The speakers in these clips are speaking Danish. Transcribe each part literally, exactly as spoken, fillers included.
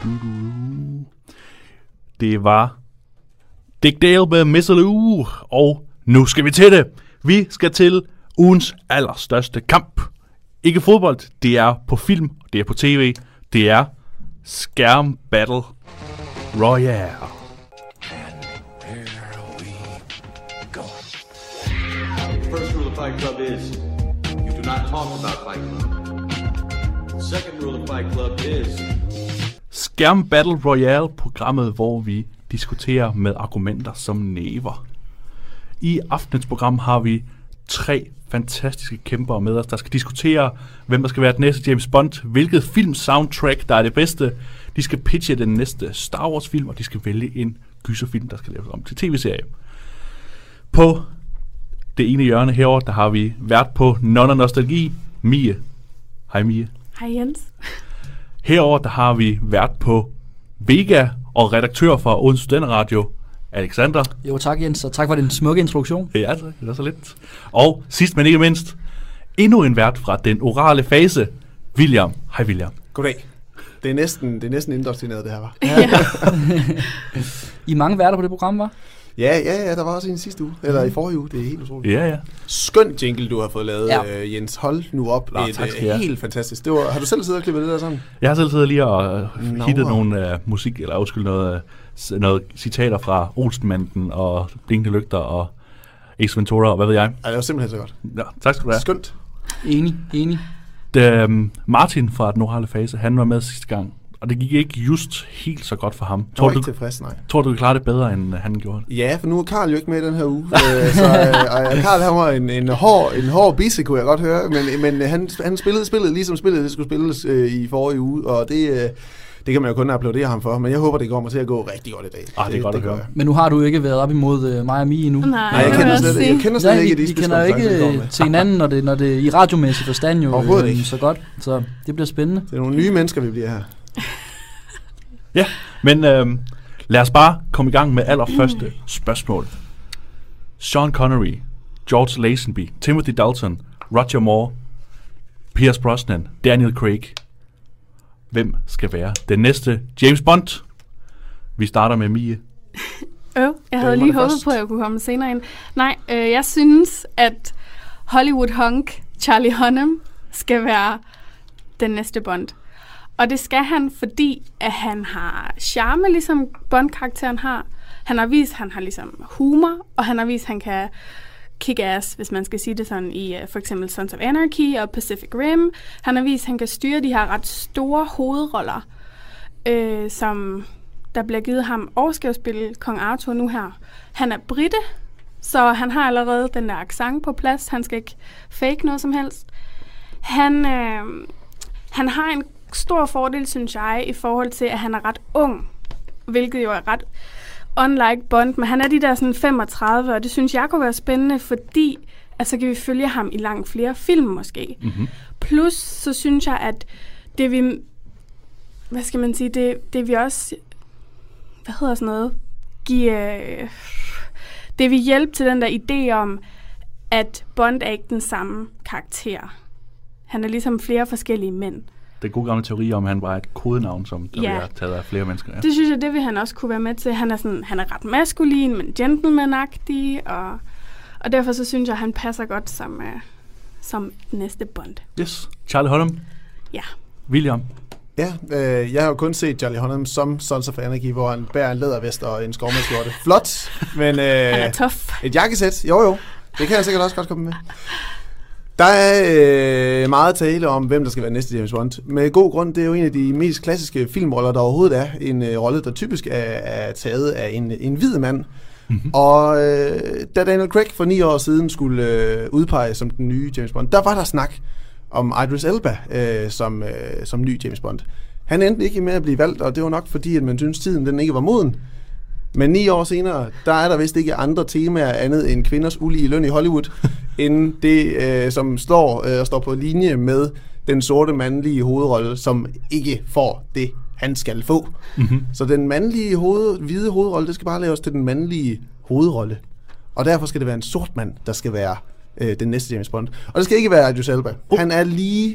Det var Dick Dale med Missaloo, og nu skal vi til det. Vi skal til ugens allerstørste kamp. Ikke fodbold, det er på film, det er på tv, det er Skærm Battle Royale. First rule of Fight Club is you do not talk about Fight Club. Second rule of Fight Club is Skærm Battle Royale, programmet, hvor vi diskuterer med argumenter som næver. I aftenens program har vi tre fantastiske kæmpere med os, der skal diskutere, hvem der skal være den næste James Bond, hvilket film-soundtrack, der er det bedste. De skal pitche den næste Star Wars-film, og de skal vælge en gyserfilm, der skal laves om til tv-serie. På det ene hjørne herovre, der har vi vært på Non og Nostalgi, Mie. Hej Mie. Hej Jens. Herover der har vi været på Vega og redaktør for Odense Studenterradio, Alexander. Jo tak Jens, og tak for den smukke introduktion. Ja, altså, det er så lidt. Og sidst men ikke mindst, endnu en vært fra den orale fase, William. Hej William. Goddag. Det er næsten, det er næsten indoktrineret det her, var. Ja. I er mange værter på det program, var? Ja, ja, ja, der var også en sidste uge, eller i forrige uge, det er helt utroligt. Ja, ja. Skøn jingle, du har fået lavet, ja. øh, Jens. Hold nu op. Nå, et, tak skal øh, jeg. helt fantastisk. Det var, har du selv siddet og klippet det der sammen? Jeg har selv siddet lige og uh, Nå. hittet nogle uh, musik, eller undskyld, noget, uh, noget citater fra Olsenbanden og Blinkende Lygter og Ace Ventura og hvad ved jeg. Ej, det var simpelthen så godt. Ja, tak skal du have. Skønt. Enig, enig. Da, um, Martin fra den orale fase, han var med sidste gang, og det gik ikke just helt så godt for ham. Jeg Tror var du, ikke tilfreds, nej. tror du, du klarer det bedre, end uh, han gjorde? Ja, for nu er Karl jo ikke med i den her uge. øh, så øh, Karl, han var en, en hård, en hård bisse, kunne jeg godt høre. Men, men han, han spillede spillet, ligesom spillet det skulle spilles øh, i forrige uge. Og det, øh, det kan man jo kun applaudere ham for. Men jeg håber, det kommer til at gå rigtig godt i dag. Ah, det er godt at høre. jeg. Men nu har du ikke været op imod øh, mig og Mie endnu. Nej, Nej, jeg kender slet, jeg kender slet Ja, ikke vi, de vi kender ikke til hinanden, når det, når det i radiomæssig forstand jo Overhovedet øh, ikke. så godt. Så det bliver spændende. Det er nogle nye mennesker, vi bliver her. Ja, men øhm, lad os bare komme i gang med allerførste spørgsmål. Sean Connery, George Lazenby, Timothy Dalton, Roger Moore, Pierce Brosnan, Daniel Craig. Hvem skal være den næste James Bond? Vi starter med Mie. Øv, jeg havde Hvem var lige det håbet først? på, at jeg kunne komme senere ind. Nej, øh, jeg synes, at Hollywood hunk Charlie Hunnam skal være den næste Bond. Og det skal han, fordi at han har charme, ligesom Bond-karakteren har. Han har vist, at han har ligesom humor, og han har vist, at han kan kick ass, hvis man skal sige det sådan, i uh, for eksempel Sons of Anarchy og Pacific Rim. Han har vist, at han kan styre de her ret store hovedroller, øh, som der bliver givet ham, og skal jo spille Kong Arthur nu her. Han er brite, så han har allerede den der accent på plads. Han skal ikke fake noget som helst. Han, øh, han har en stor fordel, synes jeg, i forhold til, at han er ret ung, hvilket jo er ret unlike Bond, men han er de der sådan femogtredive, og det synes jeg kunne være spændende, fordi at så kan vi følge ham i langt flere film måske. Mm-hmm. Plus, så synes jeg, at det vi, hvad skal man sige, det, det vi også, hvad hedder sådan noget, give, det vi hjælpe til den der idé om, at Bond er ikke den samme karakter. Han er ligesom flere forskellige mænd. Det er gode gamle teori om, at han var et kodenavn, som der Ja. bliver taget af flere mennesker. Ja. Det synes jeg, det vil han også kunne være med til. Han er, sådan, han er ret maskulin, men gentleman-agtig, og, og derfor så synes jeg, at han passer godt som, uh, som næste Bond. Yes. Charlie Hunnam. Ja. William. Ja, øh, jeg har jo kun set Charlie Hunnam som Sons of Anarchy, hvor han bærer en lædervest og en skovmandskjorte. Flot, men øh, Han er tough. et jakkesæt, jo jo, det kan han sikkert også godt komme med. Der er øh, meget tale om, hvem der skal være næste James Bond. Med god grund, det er jo en af de mest klassiske filmroller, der overhovedet er. En øh, rolle, der typisk er, er taget af en, en hvid mand. Mm-hmm. Og øh, da Daniel Craig for ni år siden skulle øh, udpege som den nye James Bond, der var der snak om Idris Elba øh, som, øh, som ny James Bond. Han endte ikke med at blive valgt, og det var nok fordi, at man synes tiden den ikke var moden. Men ni år senere, der er der vist ikke andre temaer andet end kvinders ulige løn i Hollywood, end det, øh, som står, øh, står på linje med den sorte mandlige hovedrolle, som ikke får det, han skal få. Mm-hmm. Så den mandlige hoved, hvide hovedrolle, det skal bare laves til den mandlige hovedrolle. Og derfor skal det være en sort mand, der skal være øh, den næste James Bond. Og det skal ikke være Idris Elba. Uh. Han er lige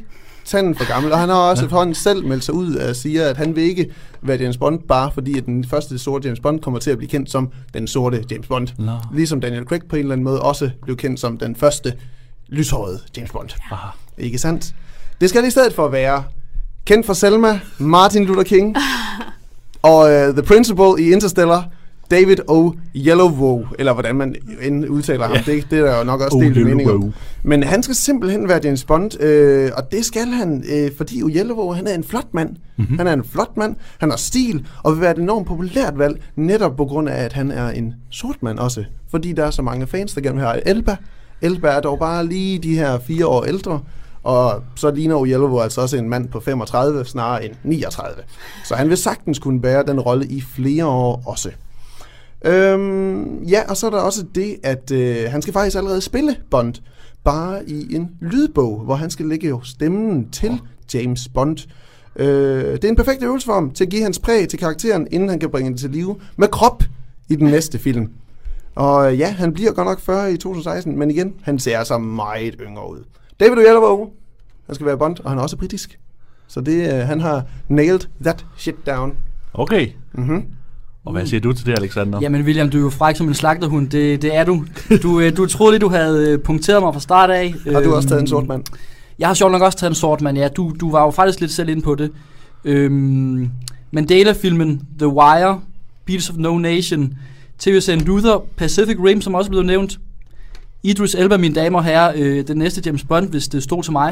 tanden for gammel, og han har også efterhånden selv meldt sig ud og siger, at han vil ikke være James Bond, bare fordi at den første sorte James Bond kommer til at blive kendt som den sorte James Bond. No. Ligesom Daniel Craig på en eller anden måde også blev kendt som den første lyshårede James Bond. Aha. Ikke sandt? Det skal i stedet for være kendt for Selma, Martin Luther King, og uh, The Principal i Interstellar, David O. Yellowwow, eller hvordan man end udtaler ham, det, det er der jo nok også delt meninger. Men han skal simpelthen være James Bond, øh, og det skal han, øh, fordi O. Yellowwow, han er en flot mand. Mm-hmm. Han er en flot mand, han har stil, og vil være et enormt populært valg, netop på grund af, at han er en sort mand også. Fordi der er så mange fans, der gerne vil have Elba. Elba er dog bare lige de her fire år ældre, og så ligner O. Yellowwow altså også en mand på femogtredive, snarere end niogtredive. Så han vil sagtens kunne bære den rolle i flere år også. Øhm, ja, og så er der også det, at øh, han skal faktisk allerede spille Bond, bare i en lydbog, hvor han skal lægge jo stemmen til James Bond. Øh, det er en perfekt øvelse for ham til at give hans præg til karakteren, inden han kan bringe det til live med krop i den næste film. Og ja, han bliver godt nok fyrre i to tusind og seksten, men igen, han ser altså meget yngre ud. David Oyelowo, han skal være Bond, og han er også britisk. Så det, øh, han har nailed that shit down. Okay. Mhm. Og hvad siger du til det, Alexander? Jamen William, du er jo fræk som en slagterhund, det, det er du. Du, du troede lige, du havde punkteret mig fra start af. Har du også taget en sort mand? Jeg har sjovt nok også taget en sort mand, ja. Du, du var jo faktisk lidt selv inde på det. Øhm, Mandela-filmen The Wire, Beatles of No Nation, T V-serien Luther, Pacific Rim, som også blev nævnt. Idris Elba, mine damer og herrer, øh, den næste James Bond, hvis det stod til mig.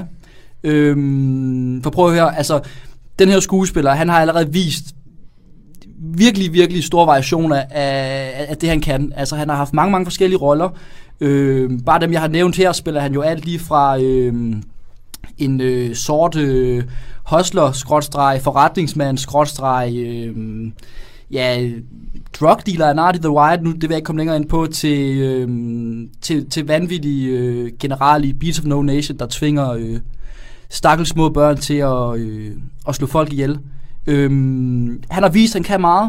Øhm, for prøv at høre, altså, den her skuespiller, han har allerede vist virkelig, virkelig store variationer af, af det, han kan. Altså, han har haft mange, mange forskellige roller. Øh, bare dem, jeg har nævnt her, spiller han jo alt lige fra øh, en øh, sort øh, hustler, skråtstreg, forretningsmand, skråtstreg, øh, ja, drug dealer, en art i The Wire, nu det vil jeg ikke komme længere ind på, til, øh, til, til vanvittige øh, general i Beats of No Nation, der tvinger øh, stakkels små børn til at, øh, at slå folk ihjel. Øhm, han har vist, at han kan meget,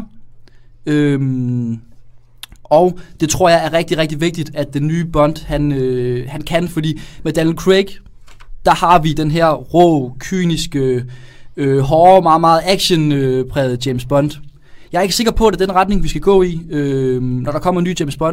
øhm, og det tror jeg er rigtig, rigtig vigtigt, at den nye Bond, han, øh, han kan, fordi med Daniel Craig, der har vi den her rå, kyniske, øh, hårde, meget, meget action-præget James Bond. Jeg er ikke sikker på, at det er den retning, vi skal gå i, øh, når der kommer en ny James Bond.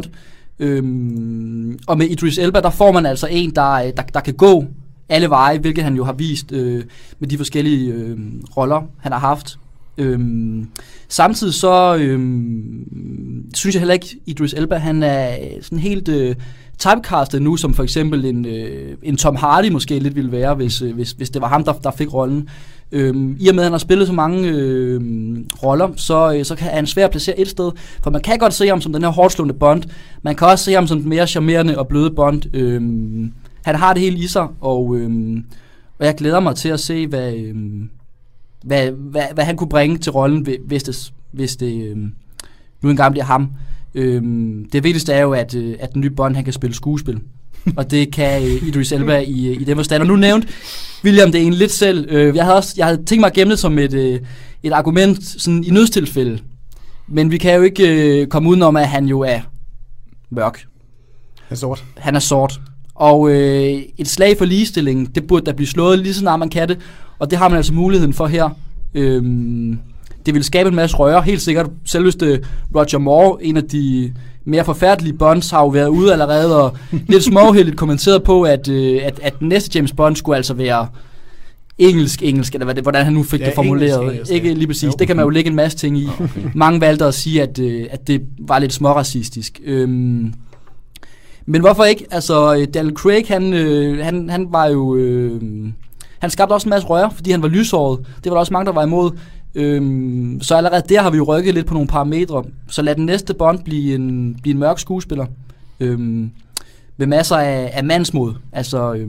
Øhm, og med Idris Elba, der får man altså en, der, der, der kan gå alle veje, hvilket han jo har vist øh, med de forskellige øh, roller, han har haft. Øhm, samtidig så øhm, synes jeg heller ikke, Idris Elba, han er sådan helt øh, typecastet nu, som for eksempel en, øh, en Tom Hardy måske lidt ville være, hvis, øh, hvis, hvis det var ham, der, der fik rollen. Øhm, I og med, at han har spillet så mange øh, roller, så, øh, så kan han svært placere et sted, for man kan godt se ham som den her hårdslående Bond, man kan også se ham som den mere charmerende og bløde Bond. Øhm, Han har det hele i sig, og, øhm, og jeg glæder mig til at se, hvad, øhm, hvad, hvad, hvad han kunne bringe til rollen, hvis det, hvis det øhm, nu engang bliver ham. Øhm, det vigtigste er jo, at, øh, at den nye Bond, han kan spille skuespil. Og det kan øh, Idris Elba i, i den forstand. Og nu nævnt William det egentlig lidt selv. Øh, jeg, havde også, jeg havde tænkt mig at gemme det som et, øh, et argument sådan i nødstilfælde. Men vi kan jo ikke øh, komme udenom, at han jo er mørk. Han er sort. Han er sort. Og øh, et slag for ligestilling, det burde da blive slået lige så snart man kan det, og det har man altså muligheden for her. Øhm, det vil skabe en masse røre, helt sikkert. Selveste Roger Moore, en af de mere forfærdelige Bonds, har jo været ude allerede og lidt småheldigt kommenteret på, at, øh, at, at den næste James Bond skulle altså være engelsk, engelsk, eller hvad det, hvordan han nu fik ja, det formuleret. Engelsk, engelsk, ikke lige præcis, jo. Det kan man jo lægge en masse ting i. Okay. Mange valgte at sige, at, øh, at det var lidt småracistisk. Øhm, Men hvorfor ikke? Altså, Daniel Craig, han, øh, han, han var jo... Øh, han skabte også en masse røre, fordi han var lyshåret. Det var der også mange, der var imod. Øh, så allerede der har vi jo rykket lidt på nogle parametre. Så lad den næste Bond blive en, blive en mørk skuespiller. Øh, med masser af, af mandsmod. Altså, øh,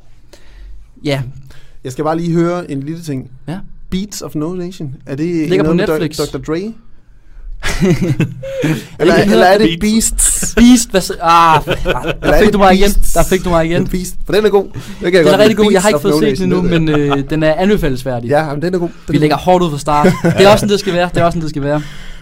ja. Jeg skal bare lige høre en lille ting. Ja. Beats of No Nation. Er det ligger på Netflix. doktor Dre? eller, eller er det Beasts? Beast, hvad så? Ah, der fik du mig igen. Der fik du mig igen. Beast, for den er god. Det kan jeg den godt er rigtig god. Jeg har ikke fået set den endnu, men øh, den er anbefalesværdig. Ja, men den er god. Den Vi lægger hårdt ud fra start. Det er også sådan, det skal være. Det er også sådan, det skal være.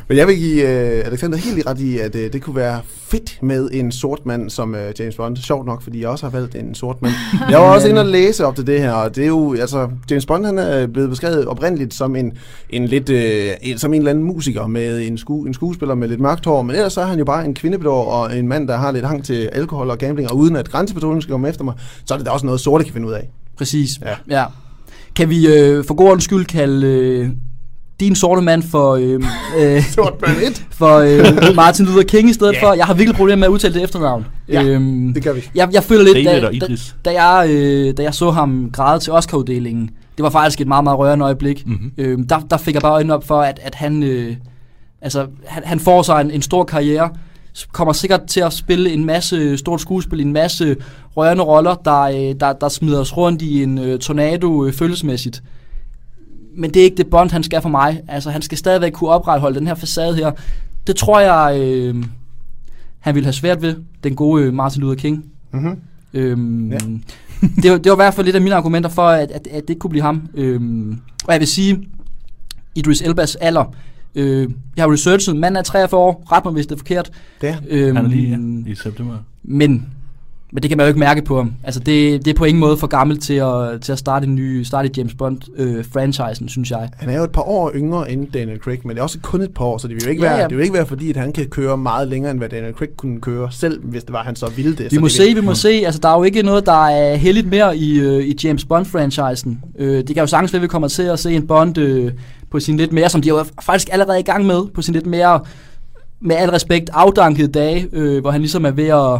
Men jeg vil give uh, Alexander helt i ret i, at uh, det kunne være fedt med en sort mand som uh, James Bond. Sjovt nok, fordi jeg også har valgt en sort mand. Jeg var også inde og læse op til det her, og det er jo, altså, James Bond han er blevet beskrevet oprindeligt som en, en lidt, uh, en, som en eller anden musiker med en, sku, en skuespiller med lidt mørkt hår, men ellers så er han jo bare en kvindebedår og en mand, der har lidt hang til alkohol og gambling, og uden at grænsepatruljen skal komme efter mig, så er det da også noget sorte kan finde ud af. Præcis, ja. ja. Kan vi øh, for god ordens skyld kalde øh, din sorte mand for, øh, øh, for øh, Martin Luther King i stedet yeah. for? Jeg har virkelig problemer med at udtale det efternavn. Ja, øhm, det gør vi. Jeg, jeg føler lidt, da, da, da, jeg, øh, da jeg så ham græde til Oscar-uddelingen, det var faktisk et meget, meget rørende øjeblik. Mm-hmm. Øh, der, der fik jeg bare øjnene op for, at, at han, øh, altså, han, han får sig en, en stor karriere, kommer sikkert til at spille en masse stort skuespil, en masse rørende roller, der, der, der smider os rundt i en uh, tornado uh, følelsesmæssigt. Men det er ikke det Bond, han skal for mig. Altså, han skal stadigvæk kunne opretholde den her facade her. Det tror jeg, øh, han ville have svært ved, den gode uh, Martin Luther King. Mm-hmm. Øhm, ja. det, var, det var i hvert fald lidt af mine argumenter for, at, at, at det ikke kunne blive ham. Øhm, og jeg vil sige, Idris Elbas alder, Øh, jeg har researchet, manden er treogfyrre år, ret mig hvis det er forkert. Det er øhm, han er lige ja, i september. Men, men det kan man jo ikke mærke på ham. Altså det, det er på ingen måde for gammelt til at, til at starte en ny, starte James Bond-franchisen, øh, synes jeg. Han er jo et par år yngre end Daniel Craig, men det er også kun et par år, så det vil jo ikke, ja, være, ja. Det vil ikke være fordi, at han kan køre meget længere, end hvad Daniel Craig kunne køre selv, hvis det var, han så ville det. Vi så må det se, vil... vi må se. Altså der er jo ikke noget, der er heldigt mere i, øh, i James Bond-franchisen. Øh, det kan jo sagtens være, vi kommer til at se en Bond... Øh, på sin lidt mere, som de er jo faktisk allerede i gang med, på sin lidt mere, med al respekt, afdankede dage, øh, hvor han ligesom er ved at,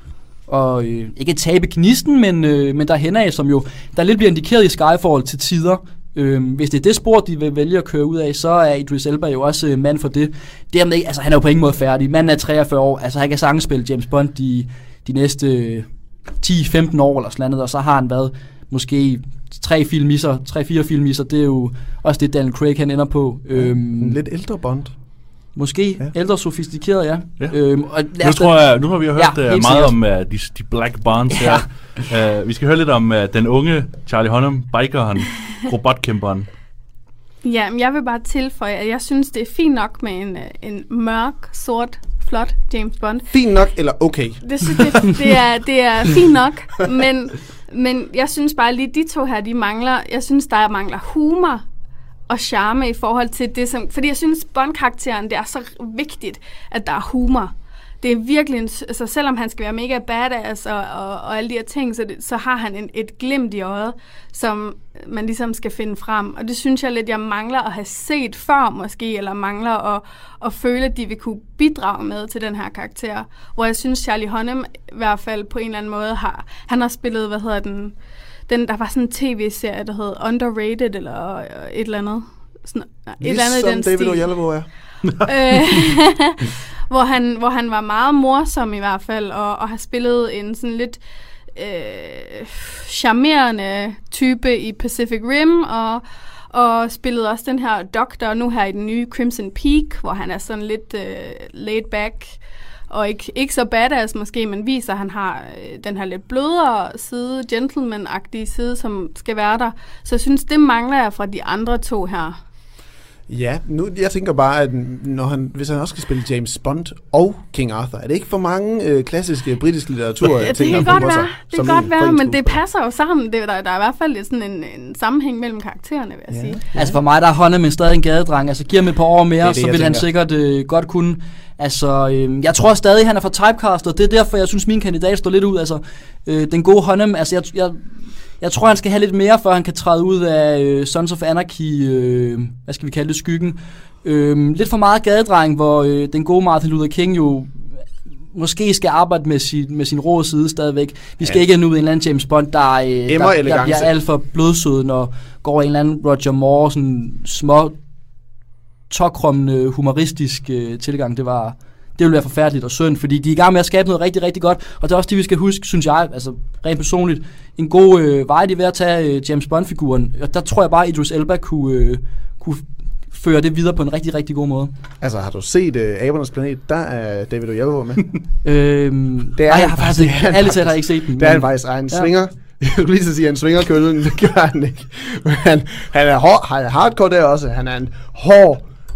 og, øh, ikke tabe gnisten, men, øh, men derhen af, som jo, der lidt bliver indikeret i Skyfall til tider. Øh, hvis det er det spor, de vil vælge at køre ud af, så er Idris Elba jo også øh, mand for det. Dermed, altså han er jo på ingen måde færdig. Manden er treogfyrre år, altså han kan sagtens spille James Bond de, de næste ti femten år eller sådan noget, og så har han været måske tre filmisser, tre fire filmisser, det er jo også det Daniel Craig han ender på. Ja, øhm, en lidt ældre Bond. Måske ja. Ældre, sofistikeret, ja. ja. Øhm, og nu tror jeg, nu har vi jo hørt ja, meget sikkert. om uh, de, de Black Bonds her. Ja. Uh, vi skal høre lidt om uh, den unge Charlie Hunnam, bikeren, robotkæmperen. Ja, men jeg vil bare tilføje, at jeg synes, det er fint nok med en, en mørk, sort, flot James Bond. Fint nok eller okay? Det synes jeg, det er, det er fint nok, men, men jeg synes bare lige, de to her, de mangler, jeg synes, der mangler humor og charme i forhold til det, som, fordi jeg synes, Bond-karakteren, det er så vigtigt, at der er humor. Det er virkelig, en, altså selvom han skal være mega badass og, og, og alle de her ting, så, det, så har han en, et glimt i øjet, som man ligesom skal finde frem. Og det synes jeg lidt, jeg mangler at have set før måske, eller mangler at, at føle, at de vil kunne bidrage med til den her karakter. Hvor jeg synes, Charlie Hunnam i hvert fald på en eller anden måde har, han har spillet, hvad hedder den, den der var sådan en tv-serie, der hed Underrated, eller et eller andet. Sådan, et ligesom eller andet i den David stil. Oyelowo er. hvor, han, hvor han var meget morsom i hvert fald, og, og har spillet en sådan lidt øh, charmerende type i Pacific Rim, og, og spillede også den her doktor nu her i den nye Crimson Peak, hvor han er sådan lidt øh, laid back, og ikke, ikke så badass måske, men viser, at han har øh, den her lidt blødere side, gentleman-agtige side, som skal være der. Så jeg synes, det mangler jeg fra de andre to her. Ja, nu jeg tænker bare, at når han, hvis han også skal spille James Bond og King Arthur, er det ikke for mange øh, klassiske britiske litteratur? Ja, det kan godt være, sig, det kan godt være, men det passer jo sammen. Det, der, der er i hvert fald sådan en, en sammenhæng mellem karaktererne, vil jeg ja. sige. Ja. Altså for mig, der er Hunnam en stadig en gadedreng. Altså giver ham et par år mere, det det, så vil han sikkert øh, godt kunne. Altså, øh, jeg tror stadig, han er for typecastet. Det er derfor, jeg synes, min kandidat står lidt ud. Altså, øh, den gode Hunnam, altså jeg... jeg Jeg tror, han skal have lidt mere, før han kan træde ud af øh, Sons of Anarchy, øh, hvad skal vi kalde det, skyggen. Øh, lidt for meget gadedreng, hvor øh, den gode Martin Luther King jo måske skal arbejde med sin, med sin rå side stadigvæk. Vi skal ja. ikke ende ud i en eller anden James Bond, der, øh, der, der bliver alt for blødsøden og går en eller anden Roger Moore, sådan små, tokrummende, humoristisk øh, tilgang. Det var... Det vil være forfærdeligt og synd, fordi de er i gang med at skabe noget rigtig, rigtig godt. Og det er også det, vi skal huske, synes jeg, altså rent personligt, en god øh, vej, de er ved at tage øh, James Bond-figuren. Og der tror jeg bare, at Idris Elba kunne, øh, kunne føre det videre på en rigtig, rigtig god måde. Altså, har du set øh, Abernes Planet? Der er David Oyelowo med. øhm, det er nej, jeg har faktisk ikke, alle tæt har ikke set den. Det er han faktisk, er en ja. svinger. Jeg vil lige så sige, at han svinger køllen, det gør han ikke. Men han, han er hård, han er hardcore der også. Han er en hård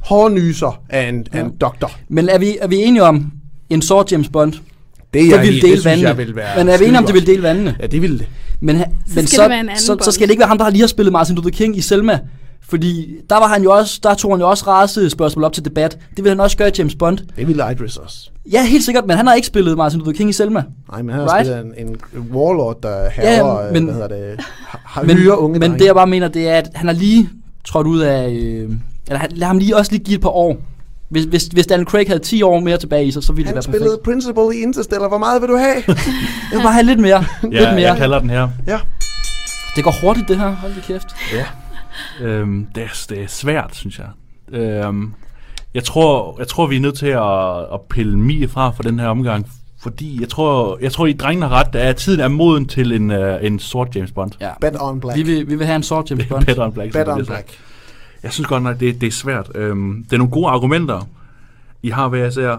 hårdnyser af en, ja. af en doktor. Men er vi, er vi enige om en sort James Bond? Det, det jeg, vil det, dele det synes vandene. jeg vil være... Men er vi enige om, det vil dele vandene? Ja, det vil det. Men, så men skal så, det være en anden så, Bond. så skal det ikke være ham, der lige har spillet Martin Luther King i Selma. Fordi der var han jo også, der tog han jo også racespørgsmål op til debat. Det vil han også gøre i James Bond. Det vil Idris også. Ja, helt sikkert, men han har ikke spillet Martin Luther King i Selma. Nej, men han har right? spillet en, en warlord, der haver, ja, men, hvad hedder det, har men, hyre unge Men drenge. det jeg bare mener, det er, at han har lige trådt ud af... Øh, eller lad ham lige også lige give et par år. Hvis, hvis, hvis Daniel Craig havde ti år mere tilbage i sig, så ville han det være spillede perfekt. Principal i Interstellar. Hvor meget vil du have? Jeg vil bare have lidt mere. Ja, lidt mere. jeg kalder den her. Ja. Det går hurtigt, det her. Hold da kæft. Ja. Øhm, det, er, det er svært, synes jeg. Øhm, jeg, tror, jeg tror, vi er nødt til at, at pille Mie fra for den her omgang. Fordi jeg tror, jeg tror I drengene har ret, at tiden er moden til en, uh, en sort James Bond. Ja. Bet on black. Vi vil, vi vil have en sort James Bond. Bet on black. Bet on black. Jeg synes godt nok, det, det er svært. Øhm, det er nogle gode argumenter, I har hver især.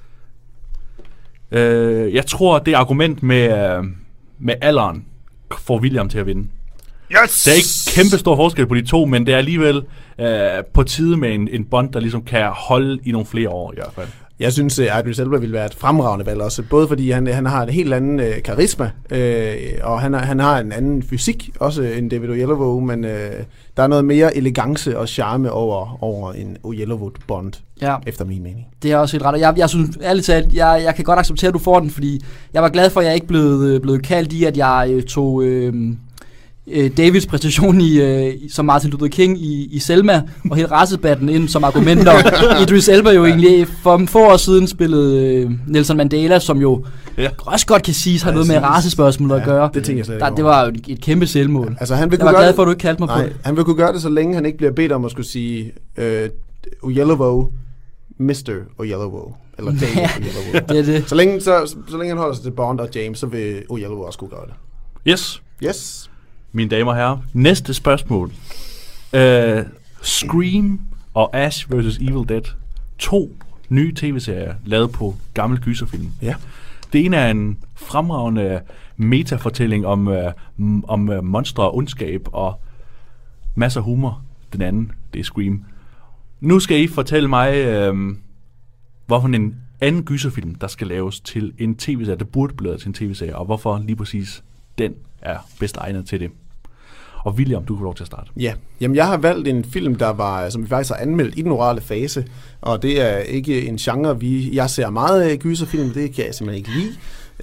Øh, jeg tror, det argument med, øh, med alderen får William til at vinde. Yes! Der er ikke kæmpe stor forskel på de to, men det er alligevel øh, på tide med en, en Bond, der ligesom kan holde i nogle flere år i hvert fald. Jeg synes, at Idris Elba vil være et fremragende valg også. Både fordi han, han har en helt anden øh, karisma, øh, og han, han har en anden fysik, også end David Oyelowo, men øh, der er noget mere elegance og charme over, over en Oyelowo-Bond, Ja. efter min mening. Det er også helt ret. Jeg, jeg synes, ærligt talt, jeg, jeg kan godt acceptere, at du får den, fordi jeg var glad for, at jeg ikke blev, blev kaldt i, at jeg øh, tog... Øh, Davids præstation i, øh, som Martin Luther King i, i Selma, og hele racedebatten ind som argumenter. Idris Elba jo egentlig for få år siden spillede øh, Nelson Mandela, som jo ja. også godt kan siges har noget med racespørgsmål at ja, gøre. Det tænker jeg slet ikke Der, det var jo et, et kæmpe selvmål. Altså, han vil jeg var glad det, for, at du ikke kaldte mig nej, på det. Han vil kunne gøre det, så længe han ikke bliver bedt om at skulle sige øh, Oyelowo, mister Oyelowo, eller David Ja, Oyelowo. det er det. Så længe, så, så længe han holder sig til Bond og James, så vil Oyelowo også kunne gøre det. Yes. Yes. Mine damer og herrer, næste spørgsmål. Uh, Scream og Ash versus. Evil Dead. To nye tv-serier, lavet på gammel gyserfilm. Ja. Det ene er en fremragende metafortælling om, uh, m- om uh, monstre og ondskab og masser af humor. Den anden, det er Scream. Nu skal I fortælle mig, uh, hvorfor en anden gyserfilm, der skal laves til en tv-serie, der burde blive lavet til en tv-serie, og hvorfor lige præcis den er bedst egnet til det. Og William, du kan lov til at starte. Ja, jamen jeg har valgt en film, der var, som vi faktisk har anmeldt i den orale fase, og det er ikke en genre, vi, jeg ser meget af gyserfilm, det kan jeg simpelthen ikke lide.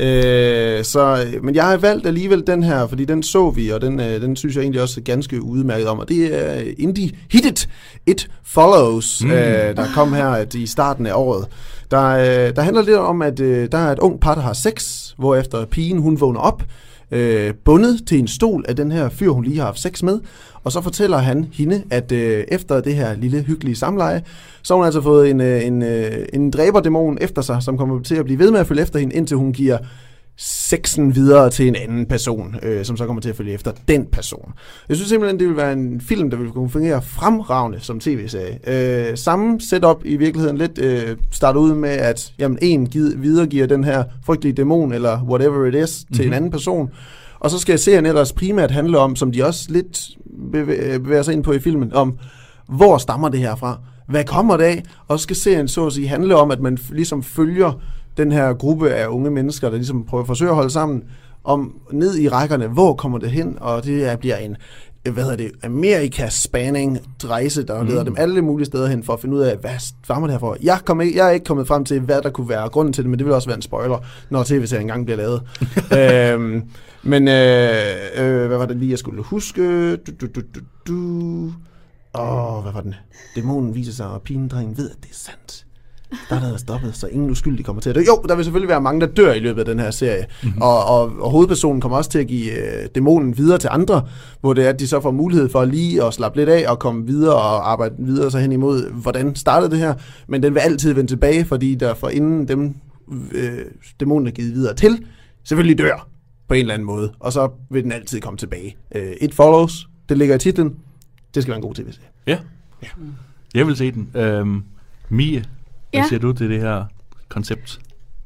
Øh, så, men jeg har valgt alligevel den her, fordi den så vi, og den, øh, den synes jeg egentlig også er ganske udmærket om, og det er Indie Hit It, It Follows, mm. øh, der kom her i starten af året. Der, øh, der handler lidt om, at øh, der er et ung par, der har sex, hvorefter pigen hun vågner op, Øh, bundet til en stol af den her fyr, hun lige har haft sex med, og så fortæller han hende, at øh, efter det her lille hyggelige samleje, så har hun altså fået en, øh, en, øh, en dræberdæmon efter sig, som kommer til at blive ved med at følge efter hende, indtil hun giver sexen videre til en anden person, øh, som så kommer til at følge efter den person. Jeg synes simpelthen, det vil være en film, der vil kunne fungere fremragende som tv-serie. Øh, samme setup i virkeligheden lidt øh, starter ud med, at jamen, en videregiver den her frygtelige dæmon, eller whatever it is, til mm-hmm. en anden person. Og så skal serien ellers primært handle om, som de også lidt bevæger, bevæger sig ind på i filmen, om hvor stammer det her fra? Hvad kommer det af? Og så skal serien så at sige handle om, at man ligesom følger den her gruppe af unge mennesker, der ligesom prøver at forsøge at holde sammen, om ned i rækkerne, hvor kommer det hen, og det bliver en, hvad hedder det, Amerika-spanning rejse, der leder mm. dem alle mulige steder hen, for at finde ud af, hvad stammer det her for. Jeg, kom ikke, jeg er ikke kommet frem til, hvad der kunne være grunden til det, men det vil også være en spoiler, når tv-serien engang bliver lavet. øhm, men, øh, øh, hvad var det lige, jeg skulle huske? Du, du, du, du, du. Åh, hvad var den? Dæmonen viser sig, og pigen-drengen ved, at det er sandt. Der er der stoppet, så ingen uskyldig kommer til at dø. Jo, der vil selvfølgelig være mange, der dør i løbet af den her serie. Mm-hmm. Og, og, og hovedpersonen kommer også til at give øh, dæmonen videre til andre, hvor det er, at de så får mulighed for lige at slappe lidt af og komme videre og arbejde videre så hen imod, hvordan startede det her. Men den vil altid vende tilbage, fordi der for inden dem, øh, dæmonen er givet videre til, selvfølgelig dør på en eller anden måde. Og så vil den altid komme tilbage. Øh, It Follows, det ligger i titlen. Det skal være en god tv-serie. Ja. ja. Jeg vil se den. Øhm, Mie, hvad ja. siger du til det her koncept?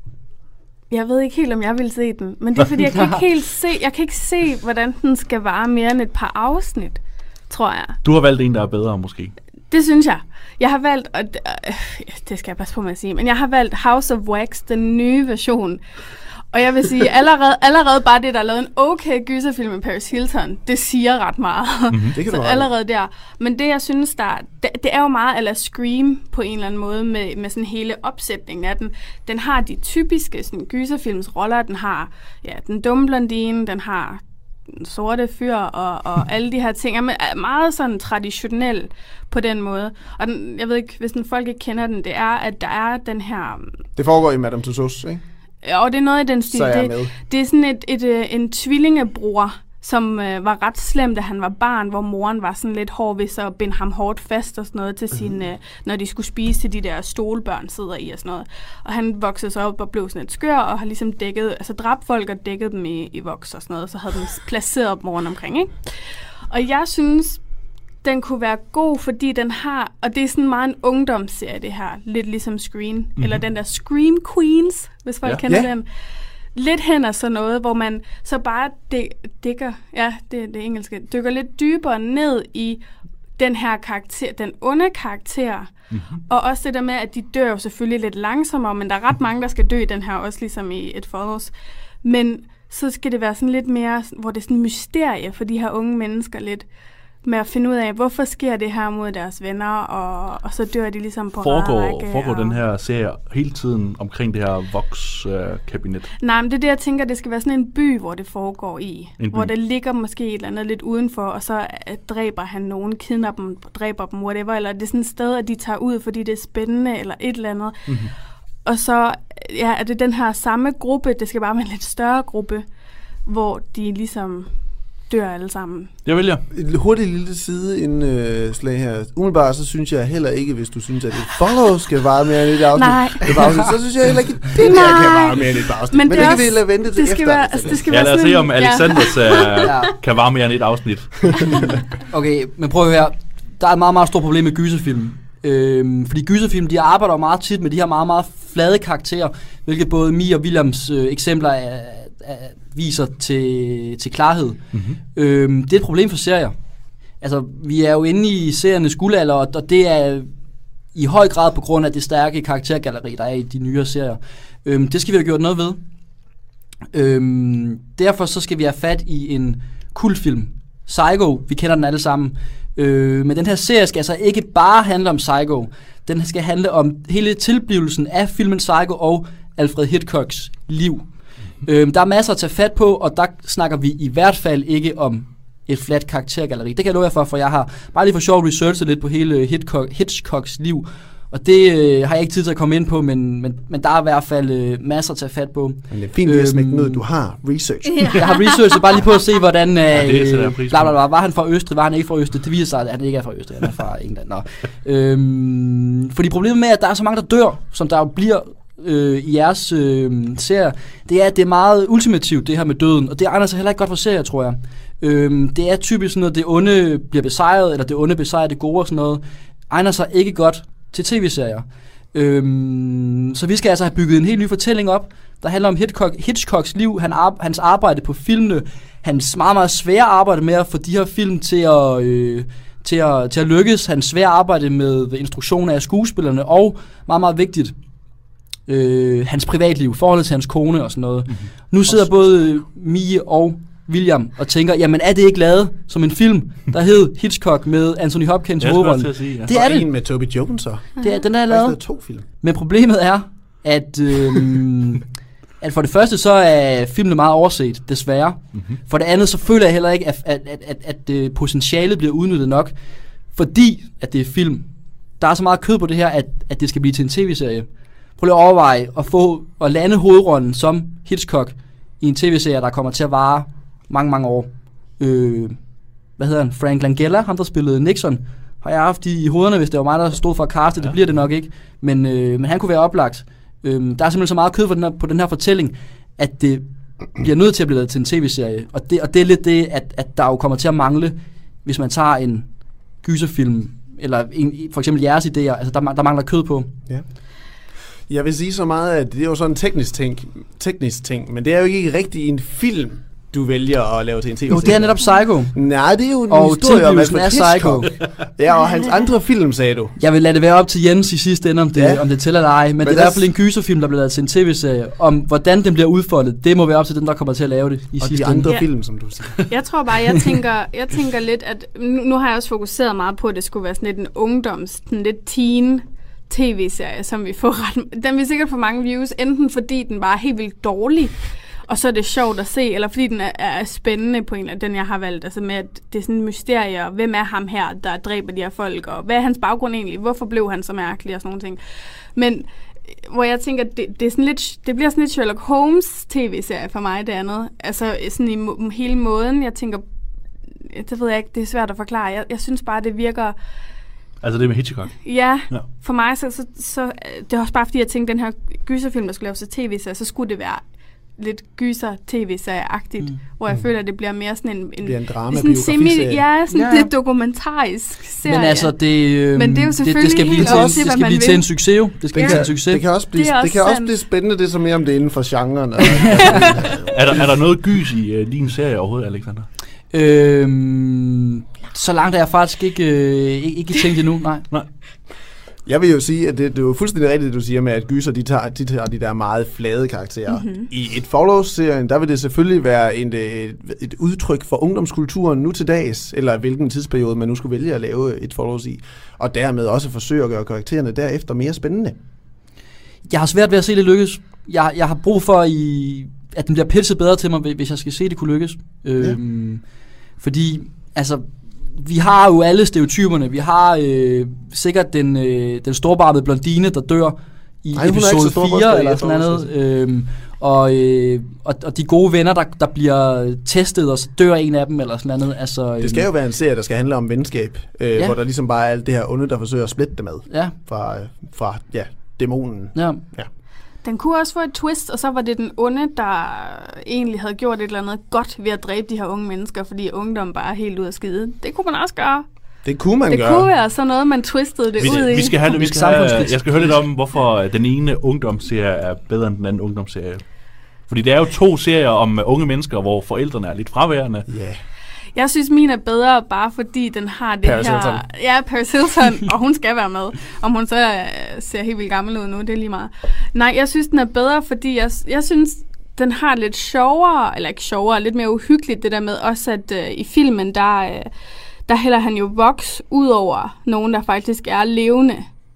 Jeg ved ikke helt, om jeg vil se den, men det er fordi, jeg kan ikke helt se, jeg kan ikke se, hvordan den skal vare mere end et par afsnit, tror jeg. Du har valgt en, der er bedre, måske. Det synes jeg. Jeg har valgt, og det, øh, det skal jeg passe på med at sige, men jeg har valgt House of Wax, den nye version. Og jeg vil sige, allerede, allerede bare det, der er lavet en okay gyserfilm med Paris Hilton, det siger ret meget. Mm-hmm. Det kan så du allerede der. Men det, jeg synes, der, det, det er jo meget eller Scream på en eller anden måde, med, med sådan hele opsætningen af den. Den har de typiske sådan, gyserfilms roller. Den har ja, den dumme blondine, den har den sorte fyr og, og alle de her ting. Er meget sådan traditionel på den måde. Og den, jeg ved ikke, hvis den folk ikke kender den, det er, at der er den her... Det foregår i Madame Tussauds, ikke? Ja, og det er noget i den stil. Så er jeg det, med. det er sådan et, et, et, en tvillingebror, som øh, var ret slem, da han var barn, hvor moren var sådan lidt hård ved så at binde ham hårdt fast og sådan noget til sin, øh, når de skulle spise til de der stolbørn sidder i og sådan noget. Og han voksede så op og blev sådan et skør og har ligesom dækket, altså dræbt folk og dækket dem i, i voks og sådan noget, så havde den placeret op moren omkring, ikke? Og jeg synes, den kunne være god, fordi den har, og det er sådan meget en ungdomsserie det her, lidt ligesom Scream, mm-hmm. eller den der Scream Queens, hvis folk ja. kender ja. den. Lidt hen af sådan noget, hvor man så bare dykker, ja, det er det engelske, dykker lidt dybere ned i den her karakter, den onde karakter, mm-hmm. og også det der med, at de dør jo selvfølgelig lidt langsommere, men der er ret mange, der skal dø i den her, også ligesom i It Follows. Men så skal det være sådan lidt mere, hvor det er sådan en mysterie for de her unge mennesker lidt, med at finde ud af, hvorfor sker det her mod deres venner, og, og så dør de ligesom på foregår, række. Foregår og... den her serie hele tiden omkring det her Vox-kabinet? Øh, Nej, men det er det, jeg tænker, det skal være sådan en by, hvor det foregår i. Hvor det ligger måske et eller andet lidt udenfor, og så uh, dræber han nogen, kidnapper dem, dræber dem, whatever, eller det er sådan et sted, at de tager ud, fordi det er spændende, eller et eller andet. Mm-hmm. Og så ja, er det den her samme gruppe, det skal bare være en lidt større gruppe, hvor de ligesom... dør alle sammen. Jeg vælger. Et hurtigt lille side indslag her. Umiddelbart så synes jeg heller ikke, hvis du synes, at det follow skal vare mere end et afsnit, Nej. et afsnit, så synes jeg heller ikke, at det der kan vare mere end et afsnit. Men, Men det, det kan vi lade vente til det skal efter. Være, altså, det skal ja, være lad os sådan, se, om Alexanders ja. uh, kan vare mere end et afsnit. Okay, men prøv at høre. Der er et meget, meget stort problem med gyserfilm. Øhm, fordi gyserfilm, de arbejder meget tit med de her meget, meget flade karakterer, hvilket både Mie og Williams øh, eksempler er, er, viser til, til klarhed. Mm-hmm. Øhm, det er et problem for serier. Altså, vi er jo inde i seriernes guldalder, og det er i høj grad på grund af det stærke karaktergalleri, der er i de nyere serier. Øhm, det skal vi have gjort noget ved. Øhm, derfor så skal vi have fat i en kultfilm. Psycho, vi kender den alle sammen. Øh, men den her serie skal altså ikke bare handle om Psycho. Den skal handle om hele tilblivelsen af filmen Psycho og Alfred Hitchcocks liv. Mm-hmm. Øh, der er masser at tage fat på, og der snakker vi i hvert fald ikke om et fladt karaktergalleri. Det kan jeg love jer for, for jeg har bare lige for sjov researchet lidt på hele Hitchcock, Hitchcocks liv. Og det øh, har jeg ikke tid til at komme ind på, men, men, men der er i hvert fald øh, masser at tage fat på. Men det er fint, øhm, at noget, du har research. Ja. Jeg har researchet bare lige på at se, hvordan... Øh, ja, det er bla, bla, bla, var han fra Østrig? Var han ikke fra Østrig? Det viser sig, at han ikke er fra Østrig. Han er fra England. Nå. Øhm, fordi problemet med, at der er så mange, der dør, som der jo bliver øh, i jeres øh, serie, det er, at det er meget ultimativt, det her med døden. Og det egner sig heller ikke godt for serier, tror jeg. Øhm, det er typisk sådan noget, det onde bliver besejret, eller det onde besejrer det gode og sådan noget. Egner sig ikke godt til tv-serier. Øhm, så vi skal altså have bygget en helt ny fortælling op, der handler om Hitchcock, Hitchcocks liv, han ar- hans arbejde på filmene, hans meget, meget svære arbejde med at få de her film til at, øh, til at, til at lykkes, hans svære arbejde med instruktion af skuespillerne, og meget, meget vigtigt, øh, hans privatliv, forholdet til hans kone og sådan noget. Mm-hmm. Nu sidder både Mie og William og tænker, jamen er det ikke lavet som en film, der hed Hitchcock med Anthony Hopkins i hovedrollen? Ja. Det er det. En med Toby Jones så. Det er, den er lavet. Der er to film. Men problemet er, at, øhm, at for det første så er filmen meget overset, desværre. Mm-hmm. For det andet så føler jeg heller ikke, at, at, at, at, at, at potentialet bliver udnyttet nok, fordi at det er film. Der er så meget kød på det her, at, at det skal blive til en tv-serie. Prøv lige at overveje at få at lande hovedrollen som Hitchcock i en tv-serie, der kommer til at vare mange, mange år. Øh, hvad hedder han? Frank Langella, ham der spillede Nixon, har jeg haft i, i hovederne, hvis det var mig, der stod for at kaste. Ja. Det bliver det nok ikke. Men, øh, men han kunne være oplagt. Øh, der er simpelthen så meget kød på den her, på den her fortælling, at det bliver nødt til at blive lavet til en tv-serie. Og det, og det er lidt det, at, at der jo kommer til at mangle, hvis man tager en gyserfilm, eller en, for eksempel jeres idéer. Altså, der, der mangler kød på. Ja. Jeg vil sige så meget, at det er jo sådan en teknisk ting, teknisk ting, men det er jo ikke rigtig en film, du vælger at lave til en tv-serie? Jo, det er netop Psycho. Nej, det er jo en Og historie om tilblivelsen Alfred af Psycho. Hitchcock. Ja, og hans andre film, sagde du. Jeg vil lade det være op til Jens i sidste ende, om det, Ja. om det tæller eller ej. Men, men det er i hvert fald en gyserfilm, der bliver lavet til en tv-serie. Om hvordan den bliver udfoldet, det må være op til den, der kommer til at lave det i Og sidste de andre Ja. film, som du siger. Jeg tror bare, jeg tænker, jeg tænker lidt, at nu, nu har jeg også fokuseret meget på, at det skulle være sådan lidt en ungdoms, sådan lidt teen tv-serie, som vi får ret. Den vil sikkert få mange views, enten fordi den bare er helt vildt dårlig, og så er det sjovt at se, eller fordi den er, er spændende på en eller den, jeg har valgt. Altså med, at det er sådan en mysterie, og hvem er ham her, der dræber de her folk, og hvad er hans baggrund egentlig? Hvorfor blev han så mærkelig og sådan nogle ting? Men hvor jeg tænker, det, det, er sådan lidt, det bliver sådan lidt Sherlock Holmes tv-serie for mig, det andet. Altså sådan i må, hele måden, jeg tænker, det ved jeg ikke, det er svært at forklare. Jeg, jeg synes bare, det virker... Altså det med Hitchcock? Ja, Ja. for mig, så, så, så det er også bare fordi, jeg tænkte, den her gyserfilm, der skulle laves til tv-serie, så skulle det være lidt gyser-tv-serie-agtigt, mm. hvor jeg mm. føler, at det bliver mere sådan en... en Det bliver en sådan drama-biografiserie. Ja, sådan Ja. ja. lidt dokumentarisk serie. Men altså, det, øh, Men det er jo det, det selvfølgelig skal blive helt til, op det til, hvad skal man blive vil. til en succes, jo. Det skal Det blive til en kan, succes. det kan også blive, Det er det også kan også sandt. blive spændende, det er så mere om det er inden for genren. Og, Er der, er der noget gys i uh, din serie overhovedet, Alexander? Øhm, så langt er jeg faktisk ikke, øh, ikke, ikke tænkt endnu, nej. Nej. jeg vil jo sige, at det, det er jo fuldstændig rigtigt, det du siger med, at gyser, de tager, de tager de der meget flade karakterer. Mm-hmm. I et Follows-serien, der vil det selvfølgelig være en, et, et udtryk for ungdomskulturen nu til dags, eller hvilken tidsperiode man nu skulle vælge at lave et Follows i, og dermed også forsøge at gøre karaktererne derefter mere spændende. Jeg har svært ved at se det lykkes. Jeg, jeg har brug for, i, at den bliver pitchet bedre til mig, hvis jeg skal se, det kunne lykkes. Øhm, fordi, altså, vi har jo alle stereotyperne. Vi har øh, sikkert den, øh, den storbarmede blondine, der dør i Nej, hun er ikke så episode stor, fire måske, eller jeg sådan tror, noget. Øhm, og, øh, og, og de gode venner, der, der bliver testet, og så dør en af dem eller sådan noget. Altså, Det skal jo være en serie, der skal handle om venskab, øh, Ja. hvor der ligesom bare er alt det her onde, der forsøger at splitte det med Ja, fra, fra ja, dæmonen. ja. Den kunne også få et twist, og så var det den onde, der egentlig havde gjort et eller andet godt ved at dræbe de her unge mennesker, fordi ungdom bare er helt ud af skide. Det kunne man også gøre. Det kunne man Det gøre. kunne være sådan noget, man twistede det Vi, ud i. vi skal have, vi Lidt skal have, samfundskritisk. jeg skal høre lidt om, hvorfor den ene ungdomsserie er bedre end den anden ungdomsserie. Fordi det er jo to serier om unge mennesker, hvor forældrene er lidt fraværende. Ja. Jeg synes, min er bedre, bare fordi den har det Paris her... Hilton. Ja, Paris Hilton, og hun skal være med. Om hun så øh, ser helt vildt gammel ud nu, det er lige meget. Nej, jeg synes, den er bedre, fordi jeg, jeg synes, den har lidt sjovere, eller ikke sjovere, lidt mere uhyggeligt, det der med også, at øh, i filmen, der, øh, der hælder han jo voks ud over nogen, der faktisk er levende.